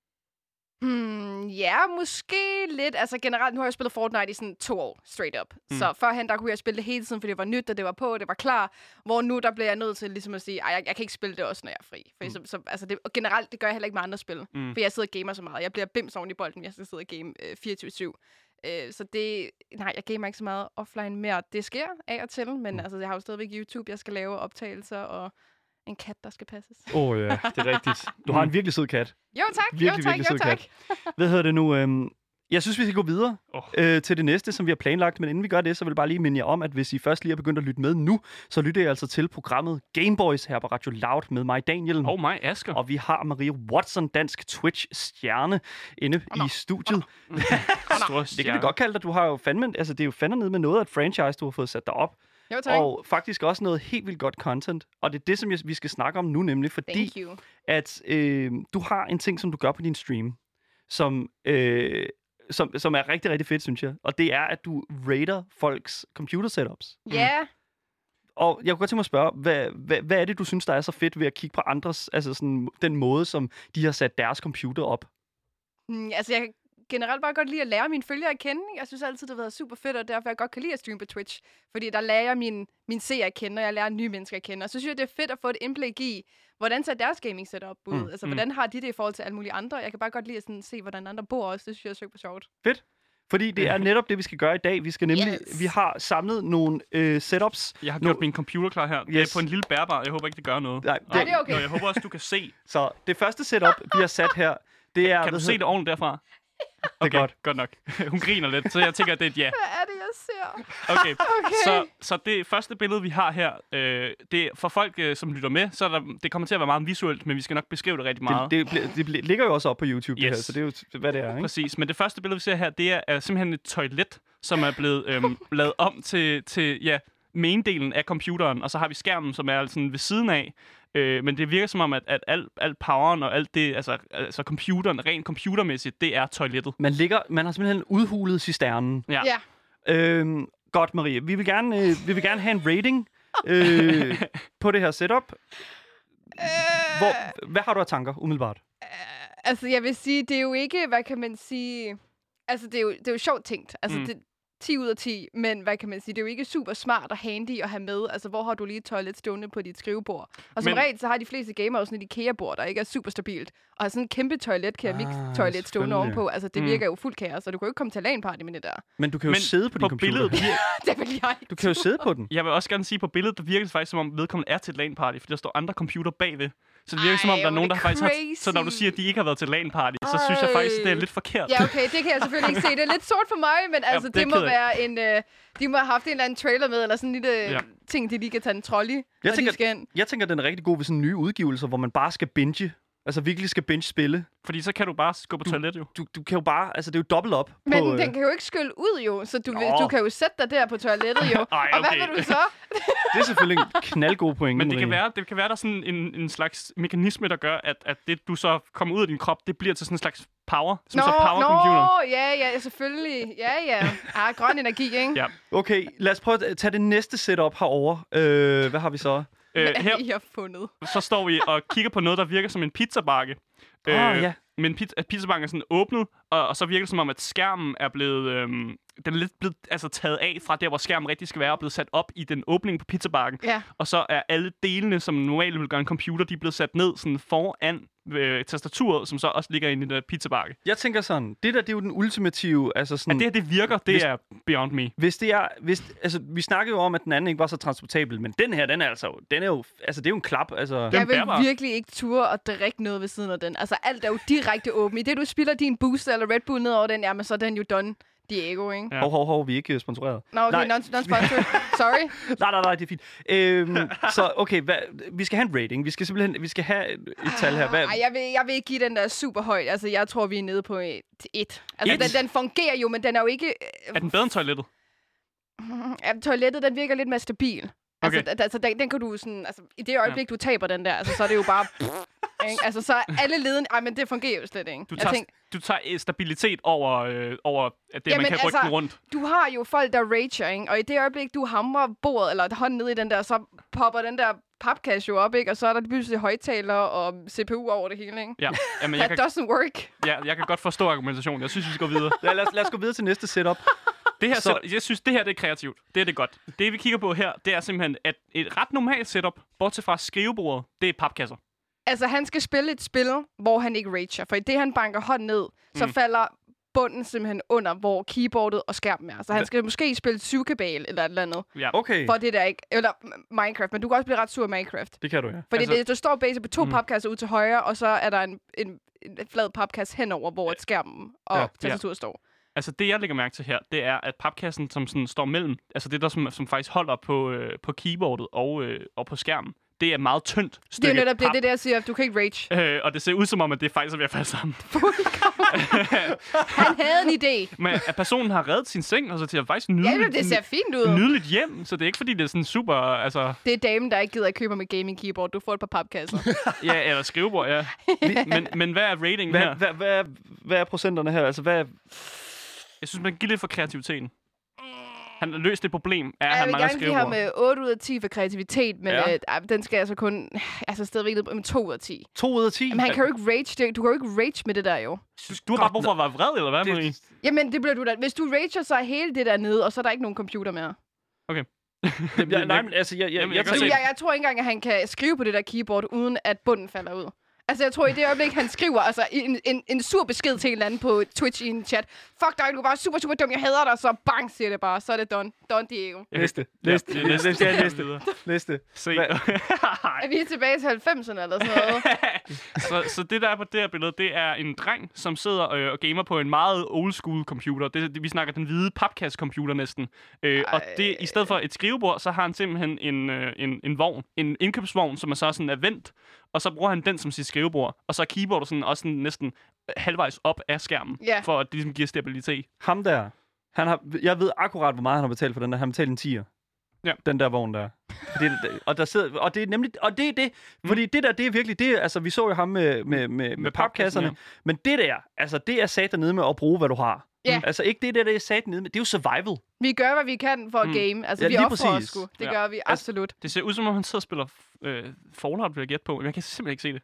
Hmm, ja, måske lidt. Altså generelt, nu har jeg spillet Fortnite i sådan to år, straight up. Mm. Mm. Så førhen, der kunne jeg spille det hele tiden, fordi det var nyt, og det var på, og det var klar. Hvor nu, der bliver jeg nødt til ligesom at sige, ej, jeg, jeg kan ikke spille det også, når jeg er fri. For Mm. så, så, altså det, og generelt, det gør jeg heller ikke med andre spil. Mm. For jeg sidder og gamer så meget. Jeg bliver bims oven i bolden, jeg skal sidde og game øh, fireogtyve syv. Øh, så det, nej, jeg gamer ikke så meget offline mere. Det sker af og til, men Mm. altså, jeg har jo stadigvæk YouTube, jeg skal lave optagelser, og en kat, der skal passes. Åh oh, ja, det er rigtigt. Du har en virkelig sød kat. Jo tak, Virkelig, jo tak, virkelig jo sød tak. kat. Hvad hedder det nu? Øhm, jeg synes, vi skal gå videre Oh. øh, til det næste, som vi har planlagt. Men inden vi gør det, så vil jeg bare lige minde jer om, at hvis I først lige er begyndt at lytte med nu, så lytter I altså til programmet Gameboys her på Radio Loud med mig, Daniel. Oh my, Asger. Og vi har Marie Watson, dansk Twitch-stjerne, inde Oh, no. i studiet. Store Det kan vi godt kalde dig. Du har jo fandme, altså det er jo fandme nede med noget af et franchise, du har fået sat dig op. Jo tak. Og faktisk også noget helt vildt godt content. Og det er det, som jeg, vi skal snakke om nu, nemlig fordi, Thank you. at øh, du har en ting, som du gør på din stream, som, øh, som, som er rigtig, rigtig fedt, synes jeg. Og det er, at du rater folks computer setups. Ja, Og jeg kunne godt tænke mig at spørge, hvad, hvad, hvad er det, du synes, der er så fedt ved at kigge på andres, altså sådan, den måde, som de har sat deres computer op? mm, altså jeg kan generelt bare godt lide at lære mine følgere at kende. Jeg synes altid, det har været super fedt, og derfor jeg godt kan lide at streame på Twitch. Fordi der lærer jeg mine, mine seere at kende, og jeg lærer nye mennesker at kende. Og så synes jeg, det er fedt at få et indblik i, hvordan ser deres gaming setup ud? Mm, Mm, altså, mm. hvordan har de det i forhold til alle mulige andre? Jeg kan bare godt lide at sådan, se, hvordan andre bor også. Det synes jeg er super sjovt. Fedt. Fordi det er netop det, vi skal gøre i dag. Vi skal nemlig, Yes. vi har samlet nogle øh, setups. Jeg har Nu- gjort min computer klar her. Det er Yes. på en lille bærbar. Jeg håber ikke, det gør noget. Nej, Nej, det er okay. Nå, jeg håber også, du kan se. Så det første setup, vi har sat her, det er... Kan du hvad se det hedder- ordentligt derfra? Det er godt. Godt nok. Hun griner lidt, så jeg tænker, at det er et ja. Hvad er det, jeg ser? Okay, Okay. så, så det første billede, vi har her, øh, det er for folk, øh, som lytter med, så er der, det kommer til at være meget visuelt, men vi skal nok beskrive det rigtig meget. Det, det, det, det ligger jo også op på YouTube, yes. det Yes. her, så det er jo, hvad det er, ikke? Præcis, men det første billede, vi ser her, det er, er simpelthen et toilet, som er blevet øhm, lavet om til, til ja, main-delen af computeren, og så har vi skærmen, som er sådan ved siden af. Øh, men det virker som om, at, at al, al poweren og alt det, altså, altså computeren, rent computermæssigt, det er toilettet. Man, ligger, man har simpelthen udhulet cisternen. Ja. Ja. Øhm, godt, Marie. Vi vil gerne, øh, vi vil gerne have en rating øh, på det her setup. Hvor, hvad har du af tanker, umiddelbart? Altså, jeg vil sige, det er jo ikke, hvad kan man sige... Altså, det er jo, det er jo sjovt tænkt. Altså, Mm. mm. det, ti ud af ti, men hvad kan man sige, det er jo ikke super smart og handy at have med. Altså, hvor har du lige et toilet stående på dit skrivebord? Og som Men- regel, så har de fleste gamere også sådan et IKEA-bord, der ikke er super stabilt. Og har sådan en kæmpe toilet, keramik-toilet Ah, stående selvfølgelig. ovenpå. Altså, det Mm. virker jo fuldt kaos, så du kan jo ikke komme til LAN-party med det der. Men du kan jo Men sidde på din på computer. billedet vir- Det vil jeg ikke. Du kan jo sidde på den. Jeg vil også gerne sige, at på billedet, der virker det faktisk, som om vedkommende er til et LAN-party, for der står andre computer bagved. Så det virker som om, Ej, der er hvor nogen, er der det faktisk har... crazy. Så når du siger, at de ikke har været til LAN-party, så synes jeg faktisk, at det er lidt forkert. Ja, okay, det kan jeg selvfølgelig ikke se. Det er lidt sort for mig, men altså, det det, er må ked af. være en... Øh, de må have haft en eller anden trailer med, eller sådan en lille Ja. ting, de lige kan tage en trolley, når tænker- de skal ind. Jeg tænker, den er rigtig god ved sådan nye udgivelser, hvor man bare skal binge. Altså virkelig skal binge spille. Fordi så kan du bare gå på toilet jo. Du, du kan jo bare... Altså, det er jo dobbelt op Men på... øh, den kan jo ikke skylle ud, jo. Så du, vil, Nå. du kan jo sætte dig der på toilettet, jo. Ej, Og hvad okay. vil du så? Det er selvfølgelig en knaldgod pointe. Men det kan Marie. være, det kan være der er sådan en, en slags mekanisme, der gør, at, at det, du så kommer ud af din krop, det bliver til sådan en slags power, som Nå, så power computer. nå, ja, ja, selvfølgelig. Ja, ja. Ah, grøn energi, ikke? Ja. Okay, lad os prøve at tage det næste setup herover. Øh, hvad har vi så? Øh, Hvad her er I har fundet? så står vi og kigger på noget, der virker som en pizzabakke. Ah, ja. Men pizza, at pizzabakken er sådan åbnet, og, og så virker det som om, at skærmen er blevet, øhm, den er lidt blevet altså, taget af fra der, hvor skærmen rigtig skal være, og blevet sat op i den åbning på pizzabakken. Ja. Og så er alle delene, som normalt vil gøre en computer, de er blevet sat ned sådan foran øh, tastaturet, som så også ligger inde i den der pizzabakke. Jeg tænker sådan, det der, det er jo den ultimative, altså sådan... At det her, det virker, det Hvis- er beyond me. Hvis det er, hvis, altså, vi snakkede jo om, at den anden ikke var så transportabel, men den her, den er altså, den er jo, altså, det er jo en klap, altså. Den Jeg vil bærbar. virkelig ikke ture at drikke noget ved siden af den. Altså, alt er jo direkte åben. I det, du spiller din booster eller Red Bull ned over den, jamen, så er den jo done. Diego, ikke? Ja. Hov, hov, hov, vi er ikke øh, sponsoreret. Nå, okay, Nej. non- non-sponsored. Sorry. Nej, nej, nej, det er fint. Øhm, så, okay, hvad, vi skal have en rating. Vi skal simpelthen, vi skal have et tal her. Hvad, Ej, jeg vil, jeg vil ikke give den der super højt. Altså, jeg tror, vi er nede på et. et. Altså, Et? den, den fungerer jo, men den er jo ikke... Øh, Er den bedre end toilettet? ja, toilettet, den virker lidt mere stabil. Okay. Altså, da- altså den, den kan du sådan... Altså, i det øjeblik, ja. du taber den der, altså, så er det jo bare... ikke? Altså, så er alle leden... Ej, men det fungerer jo slet ikke. Du Jeg tager, tænker, du tager øh, stabilitet over, øh, over at det, Jamen, man kan rykke altså, den rundt. du har jo folk, der rager, ikke? Og i det øjeblik, du hamrer bordet, eller hånden ned i den der, så popper den der papkasse jo op, ikke? Og så er der pludselig højtaler og C P U over det hele, ikke? Ja, jamen, jeg, That kan, doesn't work. ja, jeg kan godt forstå argumentationen. Jeg synes, vi skal gå videre. lad, lad, os, lad os gå videre til næste setup. Det her Så- setup, jeg synes, det her det er kreativt. Det er det godt. Det, vi kigger på her, det er simpelthen, at et ret normalt setup, bortset fra skrivebordet, det er papkasser. Altså, han skal spille et spil, hvor han ikke rager. For i det, han banker hånden ned, så Mm. falder bunden simpelthen under, hvor keyboardet og skærmen er. Så han Hva- skal måske spille syvkabal eller et eller andet, Ja. Okay, for det der ikke... Eller Minecraft, men du kan også blive ret sur af Minecraft. det kan du, ja. Fordi Altså- altså, det, der står basic på to Mm. mm. papkasser ud til højre, og så er der en, en, en flad papkasse henover, hvor et skærmen og Ja. ja. tastaturet står. Altså, det jeg lægger mærke til her, det er, at papkassen, som sådan står mellem, altså det der, som, som faktisk holder på, øh, på keyboardet og, øh, og på skærmen, det er et meget tyndt Det er stykke jo netop det, pap. det der, jeg siger, at du kan ikke rage. Øh, og det ser ud som om, at det faktisk er ved at falde sammen. Han havde en idé. Men at personen har reddet sin seng, og så til at faktisk nyde Ja, men det ser fint ud. nydeligt hjem, så det er ikke fordi, det er sådan super, altså, Det er damen, der ikke gider at købe med gaming keyboard. Du får et par papkasser. ja, eller skrivebord, ja. men, men hvad er ratingen Hvad, her? hvad, hvad, er, hvad er procenterne her? Altså, hvad er, Jeg synes, man kan give lidt for kreativiteten. Han har løst det problem, er, at Jeg han vil mangler gerne give ham skrivebord. med otte ud af ti for kreativitet, men Ja. ja. øh, den skal altså kun... Altså stadigvæk ned på med to ud af ti. to ud af ti? Men han kan jo ikke rage. Det, du kan jo ikke rage med det der, jo. Du har bare brug for at være vred, eller hvad, Marie? det, Jamen, det bliver du da. Hvis du rager, så er hele det der nede, og så er der ikke nogen computer mere. det, jeg, nej, men altså, jeg, jeg, Jamen, jeg, jeg kan jeg, se- Jeg, jeg, jeg tror ikke engang, at han kan skrive på det der keyboard, uden at bunden falder ud. Altså, jeg tror, i det øjeblik, han skriver altså, en, en, en sur besked til en eller anden på Twitch i en chat. Fuck dig, du er bare super, super dum, jeg hader dig. Så bang, siger det bare. Så er det done. Done, Diego. Jeg kan- næste, Ja, næste, det er næste. næste, ja, næste, Videre. næste. Se. Hvad- Er vi tilbage til halvfemserne eller sådan noget? så, så det, der er på det her billede, det er en dreng, som sidder øh, og gamer på en meget old school computer. Det, det, vi snakker den hvide papkasse-computer næsten. Øh, og det, i stedet for et skrivebord, så har han simpelthen en, øh, en, en vogn, en indkøbsvogn, som er så sådan er vendt. Og så bruger han den som sit skrivebord. Og så er keyboardet sådan også sådan næsten halvvejs op af skærmen, Ja. for at det ligesom giver stabilitet. Ham der, han har, jeg ved akkurat, hvor meget han har betalt for den der. Han har betalt en tier. Ja. Den der vogn der. Fordi, og, der sidder, og det er nemlig, og det er det, mm. fordi det der, det er virkelig, det er, altså vi så jo ham med, med, med, med, med papkasserne, ja. men det der, altså det er sat dernede med at bruge, hvad du har. Ja. Altså ikke det der, det er sat nede med, det er jo survival. Vi gør, hvad vi kan for at Mm. game. Altså, Ja, vi lige offrer os præcis. sgu. Det Ja. gør vi absolut. Det ser ud som om, han sidder og spiller øh, Fallout, vil jeg gætte på. Men jeg kan simpelthen ikke se det.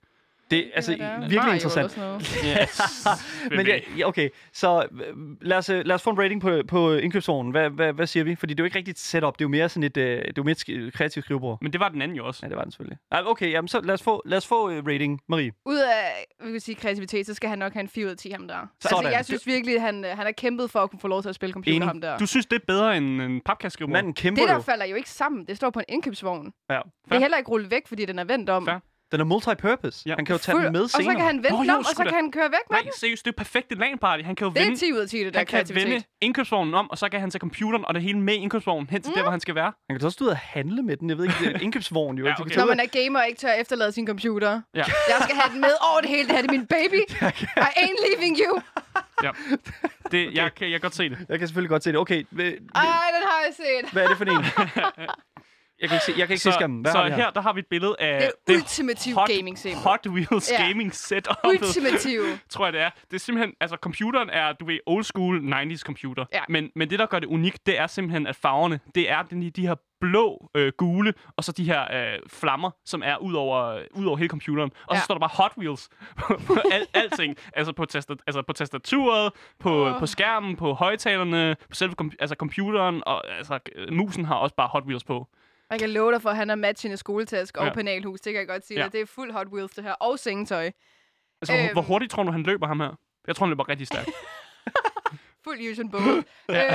Det er altså det er virkelig Mario interessant. eller sådan noget. Yes. Men ja, ja, okay, så øh, lad os, øh, lad os få en rating på, på indkøbsvognen. Hvad, hvad, hvad siger vi? Fordi det er jo ikke rigtigt setup. Det er jo mere sådan et, øh, det er jo mere et sk- kreativt skrivebord. Men det var den anden jo også. Ja, det var den selvfølgelig. Ah, okay, jamen, så lad os få, lad os få uh, rating, Marie. Ud af vi kan sige, kreativitet, så skal han nok have en fire ud af ti, ham der. Så Sådan. altså, jeg synes virkelig, han, han har kæmpet for at kunne få lov til at spille computer, Enig. ham der. Du synes, det er bedre end en papkasseskrivebord? Manden kæmper Det der jo. falder jo ikke sammen. Det står på en indkøbsvogn. Ja. Det er heller ikke rullet væk, fordi den er vendt om. Fair. Den er multi-purpose. Ja. Han kan jo tage den med Og så senere. kan han vende Nå, den jo, om, og så sgu da. kan han køre væk med Nej, den. seriøst, det er perfekte LAN-party. Han kan jo Det er vende, ti ud af ti, det der han kan kreativitet. vende indkøbsvognen om, og så kan han tage computeren og det hele med i indkøbsvognen hen til mm. der, hvor han skal være. Han kan også ud og handle med den. Jeg ved ikke, det er en indkøbsvogn jo. Ja, De kan okay. tage Når ud man er gamer og ikke tør at efterlade sin computer. Ja. Jeg skal have den med over det hele. Det her det er min baby. I ain't leaving you. ja. Det, jeg, kan, jeg kan godt se det. Jeg kan selvfølgelig godt se det. Okay, hvad, Ej, den har jeg set. hvad er det for en? Jeg kan ikke se, jeg kan ikke Så, se skærmen. Hvad så har vi her? her, der har vi et billede af Det er det ultimativ hot, gaming sim. Hot Wheels Ja. gaming setup. Ultimativ. Tror jeg, det er. Det er simpelthen, altså computeren er, du ved, old school nineties computer. Ja. Men, men det, der gør det unikt, det er simpelthen, at farverne, det er den, de her blå, øh, gule, og så de her øh, flammer, som er ud over, ud over hele computeren. Og Ja. så står der bare Hot Wheels på, på al, alting. Altså på, tastat, altså på tastaturet, på, Åh. på skærmen, på højtalerne, på selve kom, altså computeren, og altså, øh, musen har også bare Hot Wheels på. Jeg kan love dig for, at han har matchende skoletask og Ja. penalhus. Det kan jeg godt sige. Ja. Ja. Det er fuld Hot Wheels, det her. Og sengetøj. Altså, øhm. hvor, hvor Øhm. hurtigt tror du, han løber ham her? Jeg tror, han løber rigtig stærkt. Fuld Usain Bolt. øhm,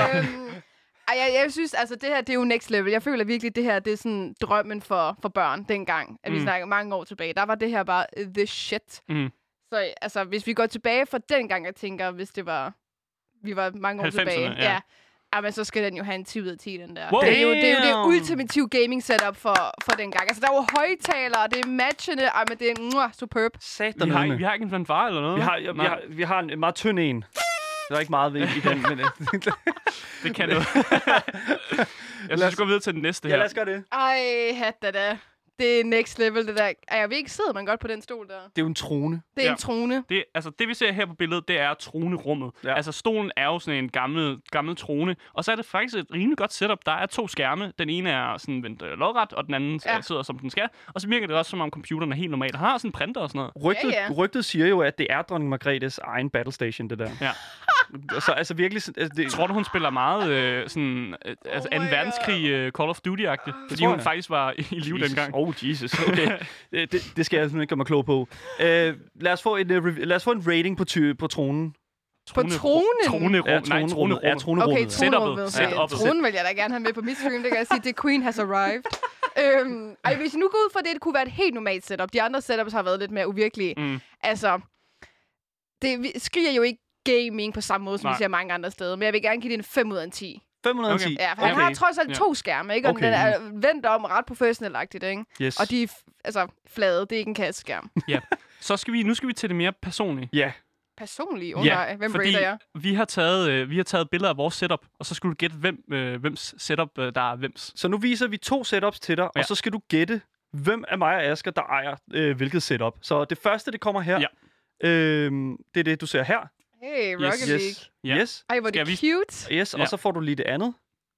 ej, jeg, jeg synes, altså det her, det er jo next level. Jeg føler virkelig, det her, det er sådan drømmen for, for børn dengang. At vi Mm. snakker mange år tilbage. Der var det her bare uh, the shit. Mm. Så altså, hvis vi går tilbage fra dengang, jeg tænker, hvis det var, vi var mange år halvfemserne, tilbage. ja. Ja. Jamen, så skal den jo have en ti ud af ti, den der. Wow. Det er jo det, er jo det Damn. ultimative gaming setup for, for dengang. Altså, der er jo højtalere, det er matchende. Ej, men det er mwah, superb. Satan Vi har, med. vi har ikke en fanfare eller noget. Vi har, jeg, vi, Nej, har, vi har en, en meget tynd en. Der er ikke meget ved i den. Men, øh, det kan noget. Jeg synes, vi går videre til den næste ja, her. lad os gøre det. Ej, hat da da. Det er next level, det der. Ej, jeg ved ikke, sidder man godt på den stol der? Det er jo en trone. Det er Ja. en trone. Det, altså, det vi ser her på billedet, det er tronerummet. Ja. Ja. Altså stolen er jo sådan en gammel, gammel trone. Og så er det faktisk et rimelig godt setup. Der er to skærme. Den ene er sådan vendt øh, lodret, og den anden Ja. ja. sidder som den skal. Og så virker det også, som om computeren er helt normal. Der har sådan en printer og sådan noget. Rygtet, Ja, ja. rygtet siger jo, at det er dronning Margrethes egen battle station, det der. Ja. Så altså virkelig... sådan- Altså, det, Tror du, hun spiller meget øh, sådan, øh, altså Oh anden my verdenskrig øh, Call of Duty-agtigt? Fordi tror hun jeg. faktisk var i live Jesus. dengang. Oh, Jesus. Okay. det, det, det skal jeg simpelthen ikke gøre mig klog på. Uh, lad, os få en, uh, rev- lad os få en rating på, ty- på tronen. På tronen? Tronerum. Ja, Nej, tronerummet. Ja, tronerummet. tronerummet. Okay, ja. tronerummet. Setup'et. Okay. Setup'et. Tronen vil jeg da gerne have med på mit stream, det kan jeg sige. The Queen has arrived. øhm, ej, hvis I nu går ud fra det, det kunne være et helt normalt setup. De andre setups har været lidt mere uvirkelige. Mm. Altså, det vi- skriger jo ikke gaming på samme måde, som Nej. vi ser mange andre steder. Men jeg vil gerne give det en fem ud af en ti. fem hundrede og ti. Okay. Ja, for han Okay. har trods alt Ja. to skærme, ikke? Og Okay. den er vendt om ret professionelt-agtigt, ikke? Yes. Og de er f- altså, flade. Det er ikke en kasseskærm. Ja. Så skal vi, nu skal vi til det mere personlige. Ja. Personligt? Oh, Ja, nej. Hvem fordi rater jeg? vi har taget øh, vi har taget billeder af vores setup, og så skulle du gætte, hvem, øh, hvems setup øh, der er hvems. Så nu viser vi to setups til dig, ja. Ja. og så skal du gætte, hvem af mig og Asger, der ejer øh, hvilket setup. Så det første, det kommer her. Ja. Øhm, det er det, du ser her. Hey, Rocket Yes. League. Yes. Ja. Yes. Ej, hvor er Skal det jeg cute. Yes, Ja. og så får du lige det andet.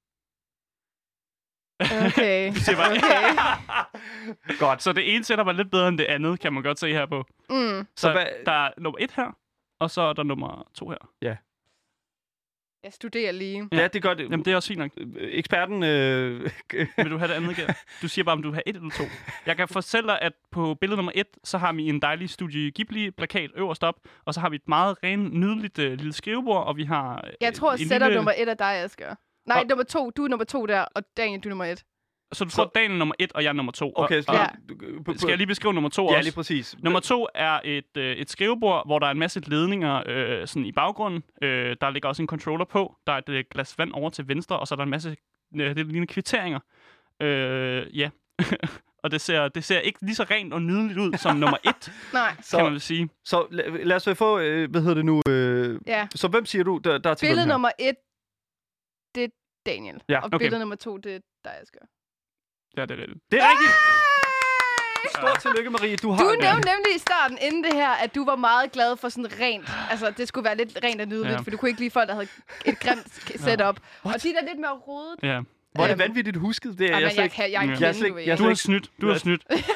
Okay. Det var, Okay. godt. Så det ene setup er lidt bedre end det andet, kan man godt se her på. Mm. Så hvad- der er nummer et her, og så er der nummer to her. Jeg studerer lige. Ja, det gør det. Jamen, det er også fint nok. Eksperten... Øh, Vil du have det andet igen? Du siger bare, om du vil have et eller to. Jeg kan fortælle dig, at på billede nummer et, så har vi en dejlig Studie Ghibli-plakat øverst op, og så har vi et meget rent, nydeligt uh, lille skrivebord, og vi har... Uh, Jeg tror, at en setup lille... nummer et er dig, Asger. Nej, Og- nummer to. Du er nummer to der, og Daniel, du er nummer et. Så du tror, Daniel er nummer et, og jeg er nummer to. okay, og, så, og, Ja. du- Skal jeg lige beskrive nummer to Ja, også? lige præcis. Nummer to er et, øh, et skrivebord, hvor der er en masse ledninger øh, sådan i baggrunden. Øh, der ligger også en controller på. Der er et øh, glas vand over til venstre, og så er der en masse øh, det ligner kvitteringer. Øh, ja. Og det ser, det ser ikke lige så rent og nydeligt ud som nummer et, Nej. Så, kan man vel sige. så lad, lad os få... Øh, hvad hedder det nu? Øh, Ja. så hvem siger du, der, der er til Billede hvem her? nummer et, det er Daniel. Ja, og okay. billede nummer to, det er dig, Asger. Ja, det er det. Det er rigtigt! Stort tillykke, Marie. Du har... Du nævnte nemlig i starten, inden det her, at du var meget glad for sådan rent. Altså, det skulle være lidt rent og nydeligt, Ja. for du kunne ikke lide folk, der havde et grimt setup. Og de der lidt mere rodet. Ja. Hvor er det Øhm, vanvittigt husket. Det er Ej, jeg men slet jeg ikke... kan, jeg er Ja. en Jeg er kvinde, slet du ved. ikke- jeg er Du har snydt. Du har snydt.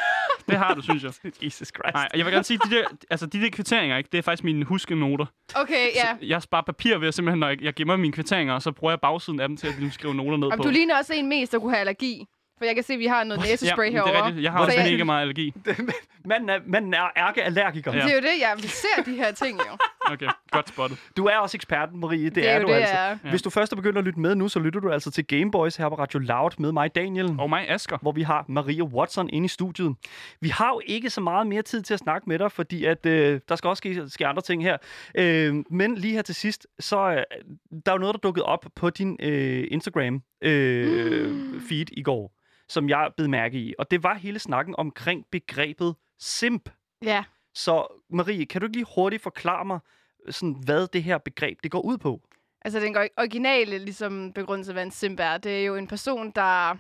Det har du, synes jeg. Jesus Christ. Nej, og jeg vil gerne sige, de der, altså, de der kvitteringer, ikke, det er faktisk mine huskenoter. Okay, ja. Så jeg sparer papir ved at simpelthen, når jeg, jeg gemmer mine kvitteringer, og så bruger jeg bagsiden af dem til at ligesom skrive noter ned Om på. du ligner også en mest, der kunne have allergi. For jeg kan se, at vi har noget næsespray ja, herovre. det er rigtigt. Jeg har også jeg... mega meget allergi. Manden er, manden er ærkeallergiker. Ja. Det er jo det, jeg vi ser de her ting jo. Okay, godt spottet. Du er også eksperten, Marie. Det, det er, er du det, altså. Er. Hvis du først er begyndt at lytte med nu, så lytter du altså til Gameboys her på Radio Loud med mig, Daniel. Og mig, Asger. Hvor vi har Maria Watson inde i studiet. Vi har jo ikke så meget mere tid til at snakke med dig, fordi at, øh, der skal også ske, ske andre ting her. Øh, men lige her til sidst, så øh, der er jo noget, der dukkede op på din øh, Instagram-feed øh, mm. i går, som jeg bed mærke i. Og det var hele snakken omkring begrebet simp. Ja. Så Marie, kan du ikke lige hurtigt forklare mig, sådan, hvad det her begreb det går ud på? Altså den originale ligesom, begrundelse, hvad en simp er, det er jo en person, der...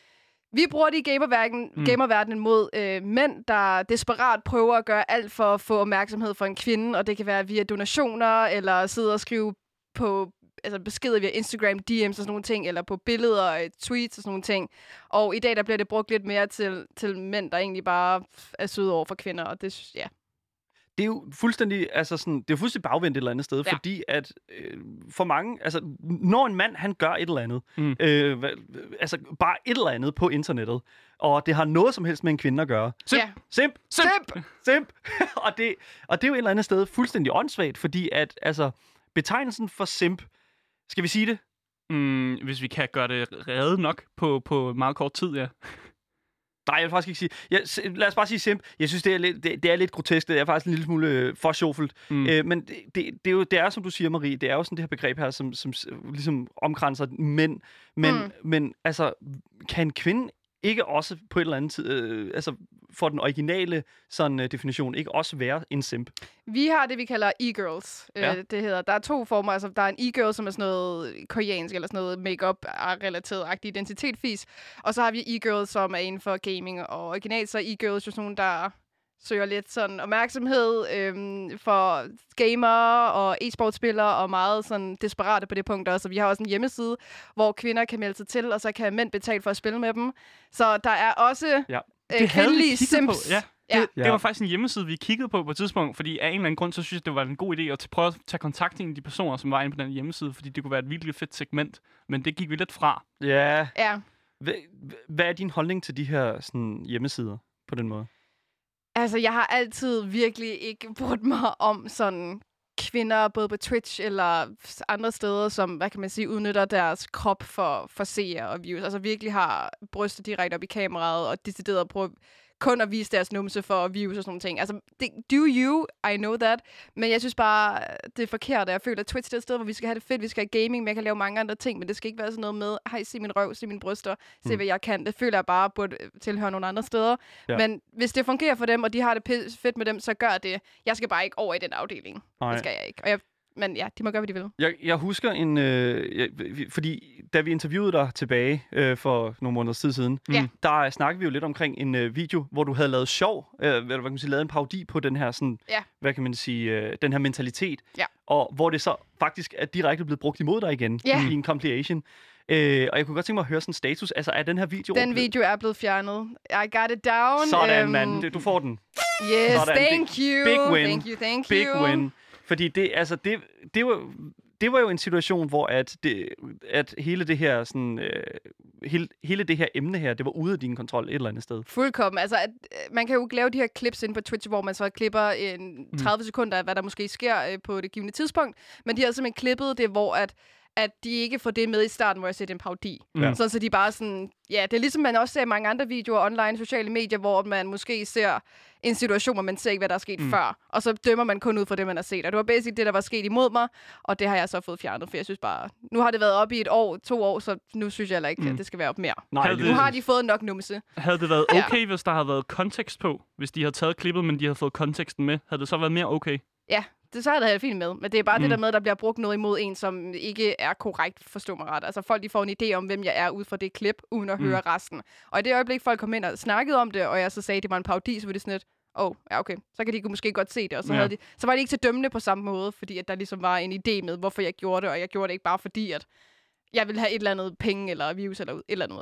Vi bruger det i gamerverdenen, mm. gamerverdenen mod øh, mænd, der desperat prøver at gøre alt for at få opmærksomhed for en kvinde, og det kan være via donationer, eller sidde og skrive på altså beskeder via Instagram, D M's og sådan nogle ting, eller på billeder, tweets og sådan nogle ting. Og i dag, der bliver det brugt lidt mere til, til mænd, der egentlig bare er søde over for kvinder, og det, ja. Det er jo fuldstændig, altså sådan, det er jo fuldstændig bagvendt et eller andet sted, ja. Fordi at øh, for mange, altså når en mand, han gør et eller andet, mm. øh, altså bare et eller andet på internettet, og det har noget som helst med en kvinde at gøre. Simp! Ja. Simp! Simp! Simp! Simp! og, det, og det er jo et eller andet sted fuldstændig åndssvagt, fordi at, altså, betegnelsen for simp, skal vi sige det? Mm, hvis vi kan gøre det reddet nok på, på meget kort tid, ja. Nej, jeg vil faktisk ikke sige... Jeg, lad os bare sige simp. Jeg synes, det er lidt, det, det er lidt grotesk. Det er faktisk en lille smule øh, for sjovfuldt. Mm. Øh, men det, det, det, er jo, det er, som du siger, Marie, det er jo sådan det her begreb her, som, som ligesom omkranser mænd. Men, mm. men altså, kan en kvinde ikke også på et eller andet tid... Øh, altså, for den originale sådan, uh, definition, ikke også være en simp? Vi har det, vi kalder e-girls. Ja. Øh, det hedder. Der er to former. Altså, der er en e-girl, som er sådan noget koreansk, eller sådan noget make-up-relateret-agtig identitetfis. Og så har vi e-girls, som er inden for gaming. Og originalt så er e-girls jo sådan nogle, der søger lidt sådan opmærksomhed øhm, for gamere og e-sportspillere, og meget sådan desperate på det punkt også. Så vi har også en hjemmeside, hvor kvinder kan melde sig til, og så kan mænd betale for at spille med dem. Så der er også... Ja. Det kvindelige simps. Ja. Ja. Det, det var faktisk en hjemmeside, vi kiggede på på et tidspunkt, fordi af en eller anden grund, så synes jeg, det var en god idé at prøve at tage kontakt til en af de personer, som var inde på den hjemmeside, fordi det kunne være et virkelig fedt segment, men det gik vi lidt fra. Ja. Ja. Hvad er din holdning til de her sådan, hjemmesider på den måde? Altså, jeg har altid virkelig ikke brugt mig om sådan kvinder, både på Twitch eller andre steder, som, hvad kan man sige, udnytter deres krop for, for seere og views. Altså virkelig har brystet direkte op i kameraet, og decideret prøve kun at vise deres numse for views og sådan nogle ting. Altså, det, do you, I know that. Men jeg synes bare, det er forkert. Jeg føler, at Twitch det er et sted, hvor vi skal have det fedt, vi skal have gaming, men jeg kan lave mange andre ting, men det skal ikke være sådan noget med, hej, se min røv, se mine bryster, se mm. hvad jeg kan. Det føler jeg bare burde tilhøre nogle andre steder. Ja. Men hvis det fungerer for dem, og de har det fedt med dem, så gør det. Jeg skal bare ikke over i den afdeling. Nej. Det skal jeg ikke. Og jeg Men ja, de må gøre, hvad de vil. Jeg, jeg husker en... Øh, jeg, fordi da vi interviewede dig tilbage øh, for nogle måneder tid siden, ja. der snakkede vi jo lidt omkring en øh, video, hvor du havde lavet sjov, øh, eller hvad kan man sige, lavet en parodi på den her, sådan, ja. hvad kan man sige, øh, den her mentalitet. Ja. Og hvor det så faktisk er direkte blevet brugt imod dig igen ja. i en compilation. Øh, og jeg kunne godt tænke mig at høre sådan en status. Altså, er den her video... Den blevet... video er blevet fjernet. I got it down. Sådan, um... mand. Du får den. Yes, Sådan. thank you. Big win. Thank you, thank Big you. win. Fordi det, altså, det, det var... Det var jo en situation, hvor at, det, at hele det her sådan, øh, hele, hele det her emne her, det var ude af din kontrol et eller andet sted. Fuldkommen. Altså, at, man kan jo lave de her clips ind på Twitch, hvor man så klipper en tredive mm. sekunder af, hvad der måske sker øh, på det givne tidspunkt. Men de har simpelthen klippet det, hvor at, at de ikke får det med i starten, hvor jeg ser en parodi. Mm. Sådan, så de bare sådan... Ja, det er ligesom man også ser mange andre videoer online, sociale medier, hvor man måske ser en situation, hvor man ser ikke, hvad der er sket mm. før. Og så dømmer man kun ud fra det, man har set. Og det var basic det, der var sket imod mig, og det har jeg så fået fjernet, for jeg synes bare... Nu har det været op i et år, to år, så nu synes jeg heller ikke, mm. at det skal være op mere. Nej, nu har de fået nok numse. Havde det været okay, ja. hvis der havde været kontekst på? Hvis de havde taget klippet, men de havde fået konteksten med? Havde det så været mere okay? Ja, det så havde jeg fint med. Men det er bare mm. det der med, at der bliver brugt noget imod en, som ikke er korrekt, forstå mig ret. Altså folk, de får en idé om, hvem jeg er ud fra det klip, uden at mm. høre resten. Og i det øjeblik, folk kom ind og snakkede om det, og jeg så sagde, at det var en parodi, så var det sådan lidt, åh, oh, ja okay, så kan de måske godt se det. Og så, ja. havde de, så var de ikke så dømmende på samme måde, fordi at der ligesom var en idé med, hvorfor jeg gjorde det, og jeg gjorde det ikke bare fordi, at jeg ville have et eller andet penge, eller views, eller et eller andet ud af det.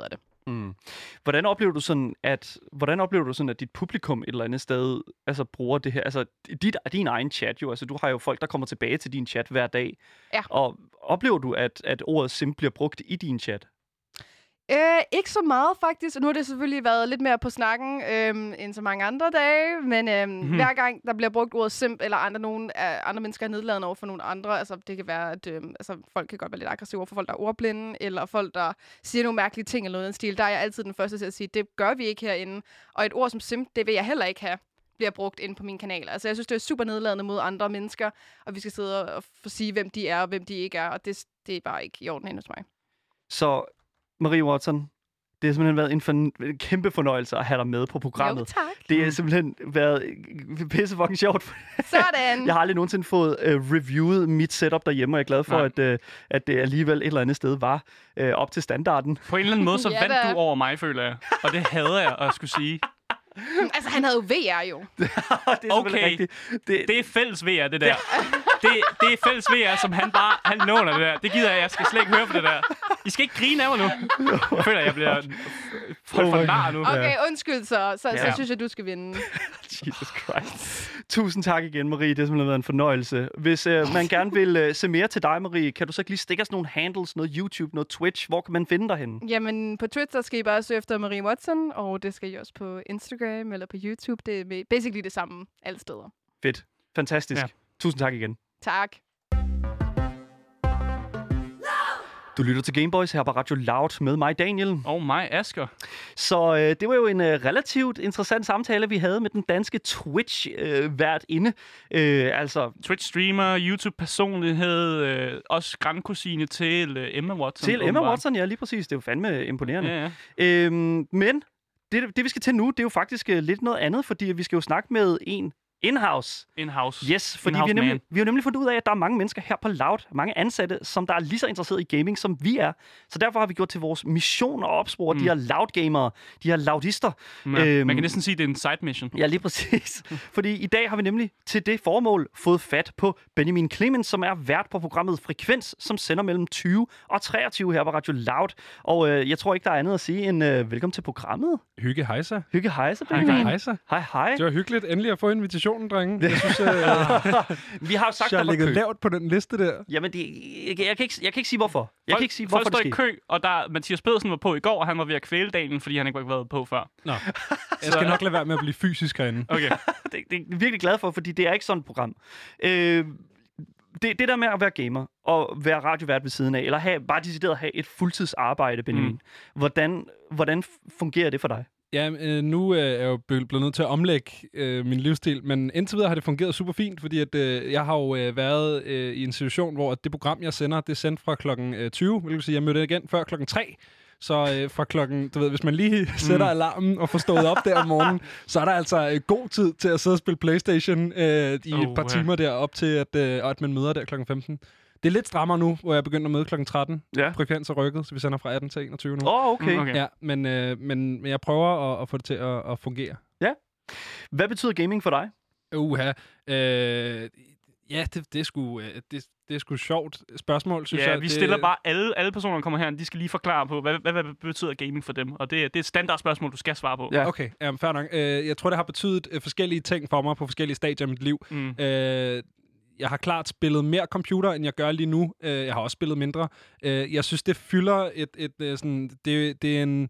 Mm. Hvordan oplever du sådan, at hvordan oplever du sådan, at dit publikum et eller andet sted altså bruger det her? Altså dit, din egen chat jo. Altså du har jo folk, der kommer tilbage til din chat hver dag. Ja. Og oplever du, at, at ordet simp bliver brugt i din chat? Øh, ikke så meget, faktisk. Og nu har det selvfølgelig været lidt mere på snakken øhm, end så mange andre dage. Men øhm, mm-hmm. hver gang, der bliver brugt ordet simp, eller andre, nogen, øh, andre mennesker er nedladende over for nogle andre, altså det kan være, at øhm, altså, folk kan godt være lidt aggressive over for folk, der er ordblinde, eller folk, der siger nogle mærkelige ting eller noget i den stil. Der er jeg altid den første til at sige, det gør vi ikke herinde. Og et ord som simp, det vil jeg heller ikke have, bliver brugt inde på min kanal. Altså jeg synes, det er super nedladende mod andre mennesker, og vi skal sidde og få sige, hvem de er, og hvem de ikke er. Og det, det er bare ikke i orden hos mig. Så Marie Watson, det har simpelthen været en, for, en kæmpe fornøjelse at have dig med på programmet. Jo, tak. Det har simpelthen været pisse fucking sjovt. Sådan. Jeg har aldrig nogensinde fået uh, reviewet mit setup derhjemme, og jeg er glad for, at, uh, at det alligevel et eller andet sted var uh, op til standarden. På en eller anden måde, så Ja, vandt da. du over mig, føler jeg. Og det hader jeg at skulle sige. Altså, han havde jo V R jo. det er selvfølgelig Okay. rigtigt. Det, Det er fælles V R, det der. Det, det er fælles V R, som han bare han låner det der. Det gider jeg. Jeg skal slet ikke høre på det der. I skal ikke grine af mig nu. Jeg føler, jeg bliver folk for nar nu. Okay, undskyld så. Så, så Ja. synes jeg, du skal vinde. Jesus Christ. Tusind tak igen, Marie. Det har simpelthen været en fornøjelse. Hvis uh, man gerne vil uh, se mere til dig, Marie, kan du så ikke lige stikke os nogle handles, noget YouTube, noget Twitch? Hvor kan man finde dig henne? Jamen, på Twitter skal I bare søge efter Marie Watson, og det skal I også på Instagram eller på YouTube. Det er basically det samme alle steder. Fedt. Fantastisk. Ja. Tusind tak igen. Tak. Du lytter til Gameboys her på Radio Loud med mig, Daniel. Og mig, Asger. Så øh, det var jo en øh, relativt interessant samtale, vi havde med den danske Twitch-vært inde. Øh, altså Twitch-streamer, YouTube-personlighed, øh, også grandkusine til øh, Emma Watson. til Emma åbenbart. Watson, ja, lige præcis. Det er jo fandme imponerende. Ja, ja. Øhm, men det, det, vi skal til nu, det er jo faktisk øh, lidt noget andet, fordi vi skal jo snakke med en in-house. In-house. Yes, fordi vi In-house har, nemlig, man. vi har nemlig fundet ud af, at der er mange mennesker her på Loud, mange ansatte, som der er lige så interesseret i gaming, som vi er. Så derfor har vi gjort til vores mission at opspore mm. de her Loud-gamere, de her Loudister. Man, Øhm, man kan næsten sige, at det er en side mission. Ja, lige præcis. Fordi i dag har vi nemlig til det formål fået fat på Benjamin Clemens, som er vært på programmet Frekvens, som sender mellem tyve og treogtyve her på Radio Loud. Og øh, jeg tror ikke, der er andet at sige end øh, velkommen til programmet. Hygge hejsa. Hygge hejse, Hygge Benjamin. hejsa. Hej, hej. Det var hyggeligt endelig at få invitationen, drenge. Jeg synes, øh, Vi har jo sagt, jeg der har var ligget kø. lavt på den liste der. Jamen, det, jeg, jeg, kan ikke, jeg kan ikke sige hvorfor. Jeg Folk, kan ikke sige, folk hvorfor står det i skete. kø, og der Mathias Pedersen var på i går, og han var ved at kvæle Daniel, fordi han ikke var været på før. Nå. Jeg skal nok lade være med at blive fysisk herinde. Okay. det, det er jeg virkelig glad for, fordi det er ikke sådan et program. Øh, det, det der med at være gamer og være radiovært ved siden af, eller have, bare decideret at have et fuldtidsarbejde, Benjamin. Mm. Hvordan, hvordan fungerer det for dig? Ja, øh, nu øh, er jeg jo blevet nødt til at omlægge øh, min livsstil, men indtil videre har det fungeret super fint, fordi at, øh, jeg har jo øh, været øh, i en situation, hvor det program, jeg sender, det er sendt fra klokken øh, tyve, hvilket sige, jeg mødte igen før klokken tre. Så øh, fra klokken, du ved, hvis man lige sætter alarmen og får stået op der om morgenen, så er der altså øh, god tid til at sidde og spille PlayStation øh, i Oh, et par ja. timer der, op til at, øh, at man møder der klokken femten. Det er lidt strammere nu, hvor jeg er begyndt at møde klokken tretten. Ja. Frekvens er rykket, så vi sender fra atten til enogtyve nu. Åh, oh, okay. Mm, okay. okay. Ja, men, øh, men, men jeg prøver at, at få det til at, at fungere. Hvad betyder gaming for dig? Uha. Øh, ja, det, det, er sgu, øh, det, det er sgu sjovt spørgsmål, synes Ja, jeg. vi det, stiller bare alle, alle personer, der kommer her, de skal lige forklare på, hvad, hvad, hvad betyder gaming for dem. Og det, er- det er et standardspørgsmål, du skal svare på. Ja. Okay, jamen, fair nok. Øh, jeg tror, det har betydet øh, forskellige ting for mig på forskellige stadier i mit liv. Mm. Øh, jeg har klart spillet mere computer, end jeg gør lige nu. Øh, jeg har også spillet mindre. Øh, jeg synes, det fylder et... et, et sådan, det, det er en...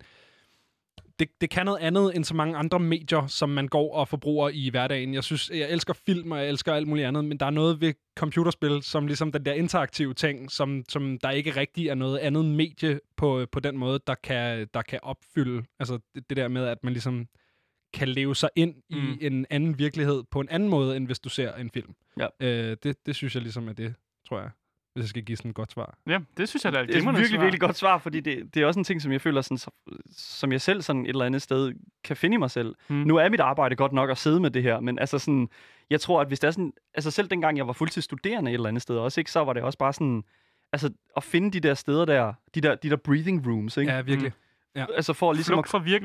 Det, det kan noget andet end så mange andre medier, som man går og forbruger i hverdagen. Jeg synes, jeg elsker film, og jeg elsker alt muligt andet, men der er noget ved computerspil, som ligesom den der interaktive ting, som, som der ikke rigtig er noget andet medie på, på den måde, der kan, der kan opfylde. Altså det, det der med, at man ligesom kan leve sig ind mm. i en anden virkelighed på en anden måde, end hvis du ser en film. Ja. Øh, det, det synes jeg ligesom er det, tror jeg, hvis jeg skal give sådan et godt svar. Ja, det synes jeg, der er et Det er et glimrende virkelig, svar. virkelig godt svar, fordi det, det er også en ting, som jeg føler, sådan, som, som jeg selv sådan et eller andet sted kan finde i mig selv. Mm. Nu er mit arbejde godt nok at sidde med det her, men altså sådan, jeg tror, at hvis det er sådan, altså selv dengang jeg var fuldtidsstuderende et eller andet sted også, ikke, så var det også bare sådan, altså at finde de der steder der, de der, de der breathing rooms, ikke? Ja, virkelig. Mm. Ja. Altså for ligesom Flugt fra virkeligheden. Ja,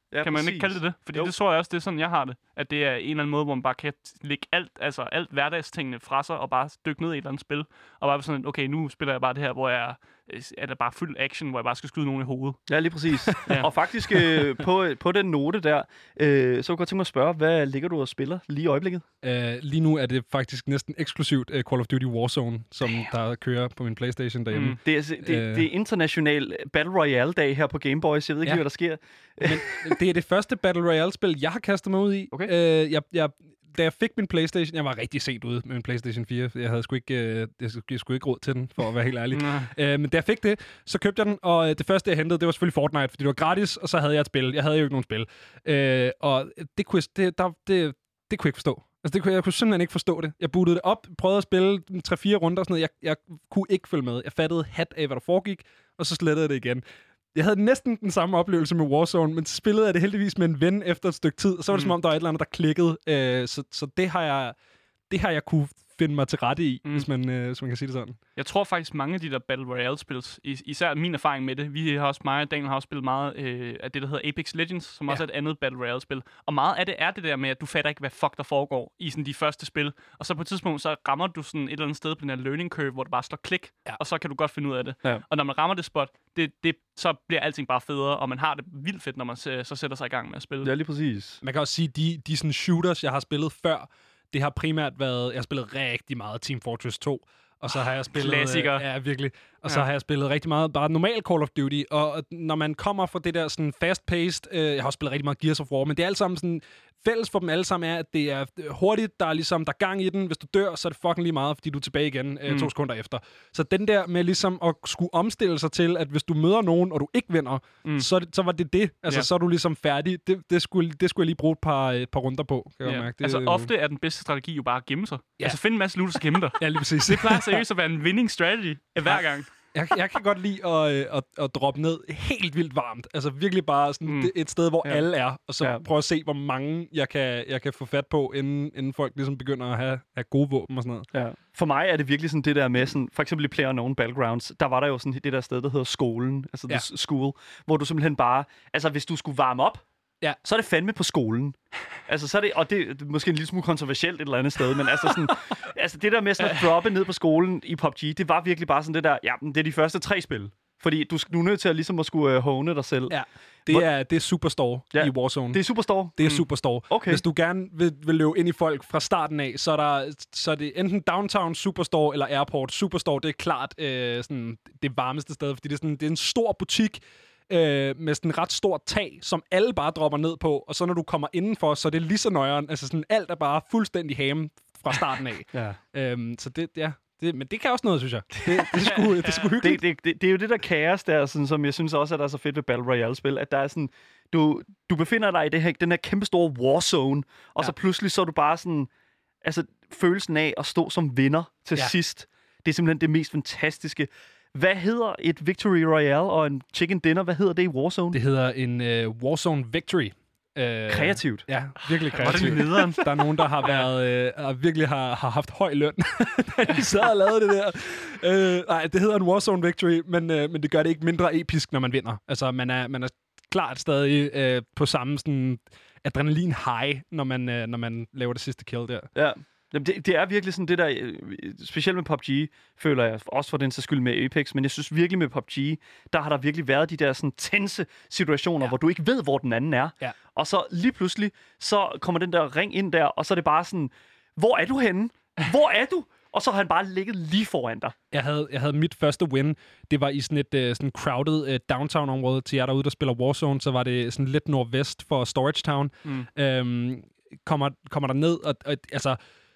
Ja, kan man præcis. ikke kalde det det? Fordi Jo. det tror jeg også, det er sådan, jeg har det. At det er en eller anden måde, hvor man bare kan lægge alt, altså alt hverdagstingene fra sig, og bare dykke ned i et eller andet spil. Og bare sådan, okay, nu spiller jeg bare det her, hvor jeg er der bare fuld action, hvor jeg bare skal skyde nogen i hovedet. Ja, lige præcis. Ja. Og faktisk øh, på, på den note der, øh, så kunne jeg godt tænke mig at spørge, hvad ligger du og spiller lige i øjeblikket? Uh, lige nu er det faktisk næsten eksklusivt uh, Call of Duty Warzone, som Damn. der kører på min PlayStation derhjemme. Mm. Det er, det, Øh. det er international Battle Royale-dag her på Game Boys. Jeg ved ikke, Ja. hvad der sker. Men det er det første Battle Royale-spil, jeg har kastet mig ud i. Okay. Uh, jeg, jeg, da jeg fik min PlayStation, jeg var rigtig sent ude med min PlayStation fire. Jeg havde sgu ikke, uh, jeg skulle, jeg skulle ikke råd til den, for at være helt ærlig. Mm. Uh, men da jeg fik det, så købte jeg den, og det første, jeg hentede, det var selvfølgelig Fortnite, fordi det var gratis, og så havde jeg et spil. Jeg havde jo ikke nogen spil. Uh, og det kunne, jeg, det, der, det, det kunne jeg ikke forstå. Altså, det kunne, jeg kunne simpelthen ikke forstå det. Jeg bootede det op, prøvede at spille tre-fire runder og sådan noget. Jeg, jeg kunne ikke følge med. Jeg fattede hat af, hvad der foregik, og så slettede jeg det igen. Jeg havde næsten den samme oplevelse med Warzone, men så spillede jeg det heldigvis med en ven efter et stykke tid, og så var det Mm. som om, der var et eller andet, der klikkede. Øh, så så det, har jeg, det har jeg kunne finde mig til rette i, Mm. hvis, man, øh, hvis man kan sige det sådan. Jeg tror faktisk, mange af de der Battle Royale-spils, is- især min erfaring med det, vi har også, mig og Daniel har også spillet meget øh, af det, der hedder Apex Legends, som Ja. også er et andet Battle Royale-spil. Og meget af det er det der med, at du fatter ikke, hvad fuck der foregår i sådan de første spil. Og så på et tidspunkt, så rammer du sådan et eller andet sted på den her learning curve, hvor det bare slår klik, Ja. og så kan du godt finde ud af det. Ja. Og når man rammer det spot, det, det, så bliver alting bare federe, og man har det vildt fedt, når man så, så sætter sig i gang med at spille. Ja, lige præcis. Man kan også sige, de, de sådan shooters, jeg har spillet før, det har primært været, jeg har spillet rigtig meget Team Fortress to, og så har jeg spillet... Klassiker. Øh, ja, virkelig. Og så Ja. har jeg spillet rigtig meget bare normal Call of Duty, og og når man kommer fra det der sådan fast-paced, øh, jeg har også spillet rigtig meget Gears of War, men det er alt sammen sådan, fælles for dem alle sammen er, at det er hurtigt, der er ligesom, der er gang i den. Hvis du dør, så er det fucking lige meget, fordi du er tilbage igen øh, Mm. to sekunder efter. Så den der med ligesom at skulle omstille sig til, at hvis du møder nogen, og du ikke vinder, Mm. så, er det- så var det det. Altså, Ja. så er du ligesom færdig. Det, det, skulle, det skulle jeg lige bruge et par, et par runder på, kan jeg Ja. godt mærke. Det, Altså ofte er den bedste strategi jo bare at gemme sig. Ja. Altså finde en masse loot og så gemme dig. Ja, lige præcis. Det plejer seriøst at være en winning strategy hver gang. Jeg, jeg kan godt lide at, øh, at, at droppe ned helt vildt varmt. Altså virkelig bare sådan Mm. mm. et sted, hvor Ja. ja. alle er, og så Ja. ja. prøve at se, hvor mange jeg kan, jeg kan få fat på, inden, inden folk ligesom begynder at have, have gode våben og sådan noget. Ja. For mig er det virkelig sådan det der med, sådan, for eksempel i PlayerUnknown Battlegrounds, der var der jo sådan det der sted, der hedder skolen, altså ja. Ja. the school, hvor du simpelthen bare, altså hvis du skulle varme op, Ja. så er det fandme på skolen. Altså så er det, og det er måske en lille smule kontroversielt et eller andet sted, men altså sådan, altså det der med sådan at droppe ned på skolen i P U B G, det var virkelig bare sådan det der, ja, men det er de første tre spil. Fordi du, du er nødt til at ligesom at skulle uh, hone dig selv. Ja. Det Hvor- er, det er Superstore Ja. ja. i Warzone. Det er Superstore. Det er Mm. Superstore. Okay. Hvis du gerne vil, vil løbe ind i folk fra starten af, så er, der, så er det enten Downtown Superstore eller Airport. Superstore, det er klart øh, sådan, det varmeste sted, fordi det er, sådan, det er en stor butik øh, med sådan en ret stort tag, som alle bare dropper ned på, og så når du kommer indenfor, så er det lige så nøjeren. Altså sådan, alt er bare fuldstændig ham fra starten af. Ja. øhm, så det, ja, det, men det kan også noget, synes jeg. Det, det, er, sgu, det er sgu hyggeligt. Det, det, det, det er jo det der kaos der, sådan, som jeg synes også, at der er så fedt ved Battle Royale-spil, at der er sådan, du, du befinder dig i det her, den her kæmpe store warzone, og ja. så pludselig så er du bare sådan, altså følelsen af at stå som vinder til ja. Ja. sidst, det er simpelthen det mest fantastiske. Hvad hedder et Victory Royale og en Chicken Dinner, hvad hedder det i Warzone? Det hedder en øh, Warzone Victory. Øh, Kreativt. Ja, virkelig Var det kreativt. nederen? Der er nogen, der har været øh, har virkelig har, har haft høj løn, da de sad og lavede det der. Øh, nej, det hedder en Warzone Victory, men, øh, men det gør det ikke mindre episk, når man vinder. Altså, man er, man er klart stadig øh, på samme sådan, adrenalin high, når man, øh, når man laver det sidste kill der. Ja. Jamen, det, det er virkelig sådan det der, øh, specielt med P U B G, føler jeg, også for den sags skyld med Apex, men jeg synes virkelig med P U B G, der har der virkelig været de der sådan tense situationer, ja. hvor du ikke ved, hvor den anden er. Ja. Og så lige pludselig, så kommer den der ring ind der, og så er det bare sådan, hvor er du henne? Hvor er du? Og så har han bare ligget lige foran dig. Jeg havde, jeg havde mit første win. Det var i sådan et uh, sådan crowded uh, downtown-område. Til jer derude, der spiller Warzone, så var det sådan lidt nordvest for Storage Town. Mm. Øhm, kommer, kommer der ned, og, og altså...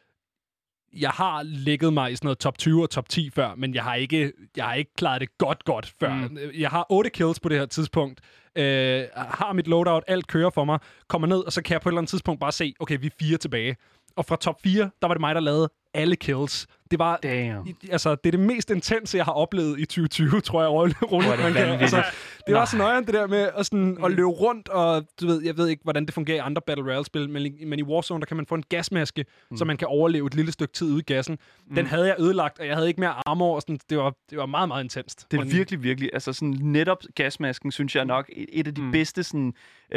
Jeg har ligget mig i sådan noget top tyve og top ti før, men jeg har ikke, jeg har ikke klaret det godt, godt før. Mm. Jeg har otte kills på det her tidspunkt. Øh, har mit loadout, alt kører for mig. Kommer ned, og så kan jeg på et eller andet tidspunkt bare se, okay, vi er fire tilbage. Og fra top fire, der var det mig, der lavede alle kills. Det var, Damn. i, altså, det er det mest intense, jeg har oplevet i tyve tyve, tror jeg, roligt. det Altså, det var så nøjeren, det der med at, sådan, at løbe rundt, og du ved, jeg ved ikke, hvordan det fungerer i andre Battle Royale-spil, men, men i Warzone, der kan man få en gasmaske, mm. så man kan overleve et lille stykke tid ude i gassen. Mm. Den havde jeg ødelagt, og jeg havde ikke mere armor, og sådan, det, var, det var meget, meget intenst. Det er virkelig, virkelig, altså sådan netop gasmasken, synes jeg er nok et af de mm. bedste sådan,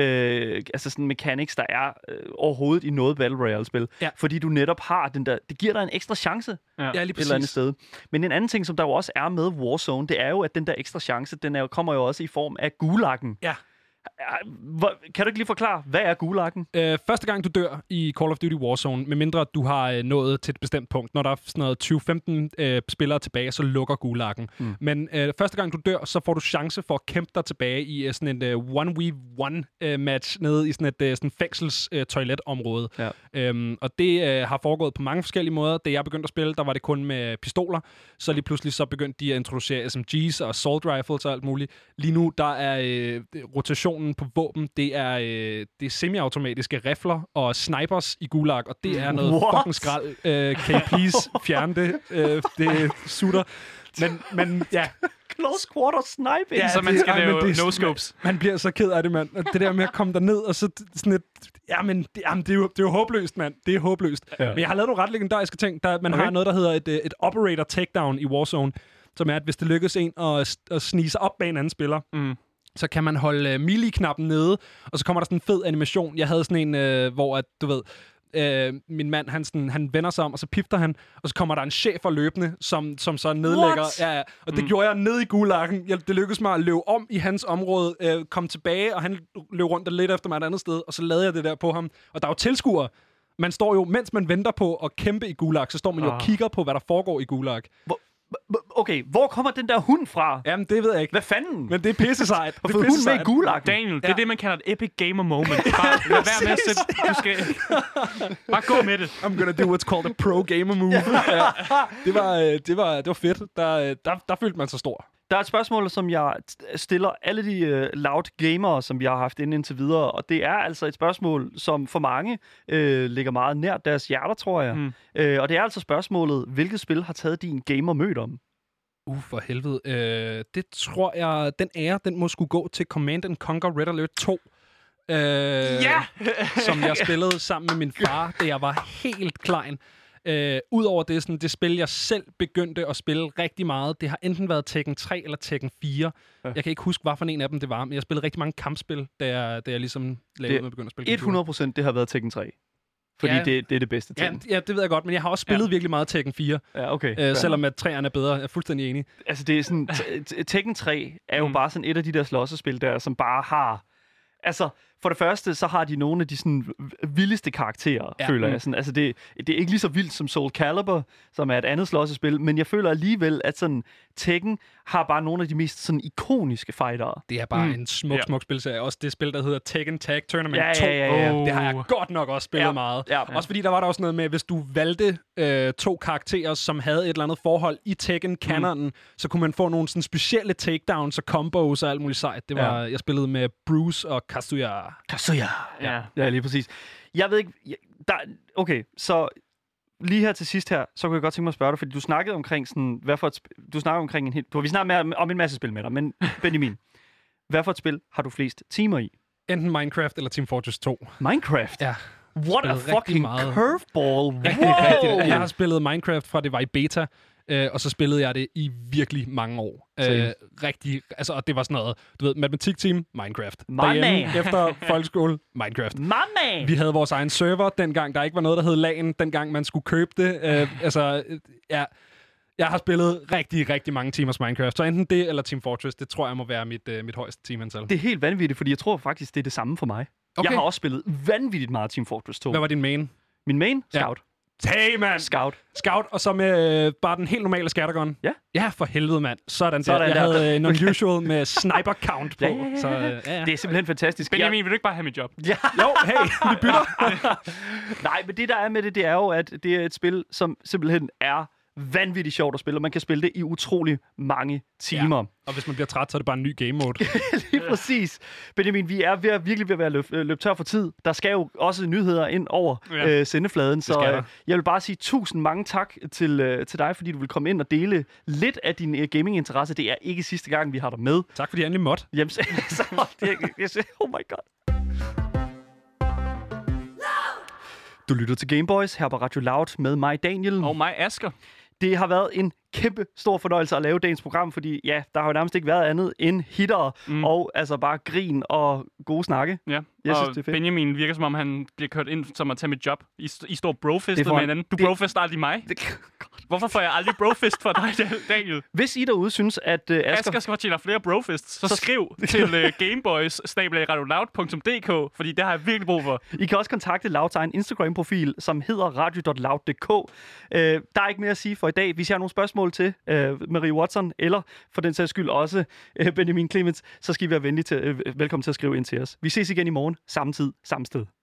øh, altså sådan mechanics, der er øh, overhovedet i noget Battle Royale-spil. Ja. Fordi du netop har den der, det giver dig en ekstra chance. Ja, lige præcis. Et eller andet sted. Men en anden ting, som der jo også er med Warzone, det er jo, at den der ekstra chance, den er jo, kommer jo også i form af gulagen. Ja. Hvor, kan du ikke lige forklare, hvad er gulagen? Øh, første gang, du dør i Call of Duty Warzone, medmindre du har øh, nået til et bestemt punkt, når der er sådan noget tyve femten øh, spillere tilbage, så lukker gulagen. Mm. Men øh, første gang, du dør, så får du chance for at kæmpe dig tilbage i øh, sådan en øh, one v one øh, match nede i sådan et øh, sådan fængsels øh, toiletområde. Ja. Øhm, og det øh, har foregået på mange forskellige måder. Da jeg begyndte at spille, der var det kun med pistoler. Så lige pludselig så begyndte de at introducere S M G's og assault rifles og alt muligt. Lige nu, der er øh, rotationen på våben, det er, øh, det er semi-automatiske rifler og snipers i Gulag, og det er noget What? fucking skrald. Øh, kan I please fjerne det? Øh, det sutter. Men, men ja... Close quarter sniping. Ja, så man skal lave no-scopes. Man, man bliver så ked af det, mand. Det der med at komme derned, og så sådan et... Jamen, det, jamen, det, er, jo, det er jo håbløst, mand. Det er håbløst. Ja. Men jeg har lavet nogle ret legendariske ting. Der, man okay. har noget, der hedder et, et operator takedown i Warzone, som er, at hvis det lykkes en at, at snige sig op bag en anden spiller, mm. så kan man holde uh, melee-knappen nede, og så kommer der sådan en fed animation. Jeg havde sådan en, uh, hvor at, du ved... Øh, min mand, han, sådan, han vender sig om, og så pifter han, og så kommer der en chefer løbende, som, som så nedlægger. Ja, ja. Og det mm. gjorde jeg ned i gulagen. Jeg, det lykkedes mig at løbe om i hans område, øh, komme tilbage, og han løb rundt der lidt efter mig et andet sted, og så lavede jeg det der på ham. Og der er jo tilskuere. Man står jo, mens man venter på at kæmpe i gulag, så står man jo ah. og kigger på, hvad der foregår i gulag. Hvor Okay, hvor kommer den der hund fra? Jamen, det ved jeg ikke. Hvad fanden? Men det er pisse sejt. Har fået hund med i gulag? Daniel, det er ja. det, man kalder et epic gamer moment. Bare lad være med at sætte... Du skal... Bare gå med det. I'm gonna do what's called a pro gamer move. ja. det, var, det, var, det var fedt. Der, der, der følte man sig stor. Der er et spørgsmål, som jeg stiller alle de uh, loud gamere, som jeg har haft inde indtil videre, og det er altså et spørgsmål, som for mange uh, ligger meget nært deres hjerter, tror jeg. Mm. Uh, og det er altså spørgsmålet, hvilket spil har taget din gamer mødt om? Uh, for helvede. Uh, det tror jeg, den ære, den må skulle gå til Command and Conquer Red Alert to. Uh, ja! som jeg spillede sammen med min far, da jeg var helt klein. Uh, Udover det, sådan, det spil, jeg selv begyndte at spille rigtig meget, det har enten været Tekken tre eller Tekken fire. Ja. Jeg kan ikke huske, hvad for en af dem det var, men jeg spillede rigtig mange kampspil, da jeg, da jeg ligesom lavede med at begynde at spille. hundrede procent det har været Tekken tre. Fordi ja. det, det er det bedste ting. Ja, ja, det ved jeg godt, men jeg har også spillet ja. virkelig meget Tekken fire. Ja, okay. Uh, selvom at treerne er bedre. Jeg er fuldstændig enig. Altså, det er sådan... Tekken tre er jo mm. bare sådan et af de der slåssespil der, som bare har... Altså, for det første, så har de nogle af de sådan vildeste karakterer, ja. føler jeg. Sådan, altså, det, det er ikke lige så vildt som Soul Calibur, som er et andet slåssespil, men jeg føler alligevel, at sådan, Tekken har bare nogle af de mest sådan ikoniske fightere. Det er bare mm. en smuk, smuk ja. spilserie. Også det spil, der hedder Tekken Tag Tournament ja, to. Ja, ja, ja. Oh. Det har jeg godt nok også spillet ja. meget. Ja. Også fordi der var der også noget med, hvis du valgte øh, to karakterer, som havde et eller andet forhold i Tekken-kanonen, mm. så kunne man få nogle sådan specielle takedowns og combos og alt muligt sejt. Det var, ja. Jeg spillede med Bruce og Kazuya. Kazuya! Ja, ja, lige præcis. Jeg ved ikke... Jeg, der, okay, så... Lige her til sidst her, så kunne jeg godt tænke mig at spørge dig, fordi du snakkede omkring sådan, hvad for et sp- du snakkede omkring en helt, vi snakker med, om en masse spil med dig, men Benjamin, hvad for et spil har du flest timer i? Enten Minecraft eller Team Fortress to. Minecraft? Ja. What a fucking meget. Curveball! Rigtig, wow. rigtig, jeg har spillet Minecraft fra det var i beta, øh, og så spillede jeg det i virkelig mange år. Øh, rigtig, altså, og det var sådan noget, du ved, matematikteam, Minecraft. Derhjemme, efter folkeskole, Minecraft. Mama. Vi havde vores egen server, dengang der ikke var noget, der hed LAN, dengang man skulle købe det. Øh, altså, ja, jeg har spillet rigtig, rigtig mange timers Minecraft. Så enten det eller Team Fortress, det tror jeg må være mit, øh, mit højeste timeantal. Det er helt vanvittigt, fordi jeg tror faktisk, det er det samme for mig. Okay. Jeg har også spillet vanvittigt meget Team Fortress to. Hvad var din main? Min main? Scout. Ja. Hey, man! Scout. Scout, og så med øh, bare den helt normale scattergun. Ja. Ja, for helvede, mand. Sådan, Sådan der. Jeg der. havde en unusual med sniper count på. Ja, ja, ja. Så, øh, ja, ja. Det er simpelthen fantastisk. Benjamin, vil du ikke bare have mit job? Ja. Jo, hey, vi bytter. Nej, men det der er med det, det er jo, at det er et spil, som simpelthen er vanvittigt sjovt at spille, og man kan spille det i utrolig mange timer. Ja. Og hvis man bliver træt, så er det bare en ny game mode. Lige præcis. Benjamin, vi er ved at, virkelig ved at være løb, løb tør for tid. Der skal jo også nyheder ind over ja. øh, sendefladen, så øh, jeg vil bare sige tusind mange tak til, øh, til dig, fordi du vil komme ind og dele lidt af din øh, gaming-interesse. Det er ikke sidste gang, vi har dig med. Tak fordi jeg endelig måtte. Jamen, så, det, jeg, jeg, oh my god. Du lytter til Gameboys her på Radio Loud med mig, Daniel. Og mig, Asger. Det har været en kæmpe stor fornøjelse at lave dagens program, fordi ja, der har jo nærmest ikke været andet end hitter mm. og altså bare grin og gode snakke. Ja, jeg og synes, det er fedt. Benjamin virker som om, han bliver kørt ind som at tage mit job. I, I står brofistet for, med hinanden. Du det, brofester aldrig mig. Det, Hvorfor får jeg aldrig brofist for dig, Daniel? Hvis I derude synes, at uh, Asger... Asger skal fortælle flere brofists, så, så skriv til uh, gameboys snabel-a radioloud punktum d k, fordi det har jeg virkelig brug for. I kan også kontakte Louds egen Instagram-profil, som hedder radio punktum loud punktum d k. Uh, der er ikke mere at sige for i dag. Hvis I har nogle spørgsmål til uh, Marie Watson, eller for den sags skyld også uh, Benjamin Clemens, så skal I være venlige til, uh, velkommen til at skrive ind til os. Vi ses igen i morgen, samme tid, samme sted.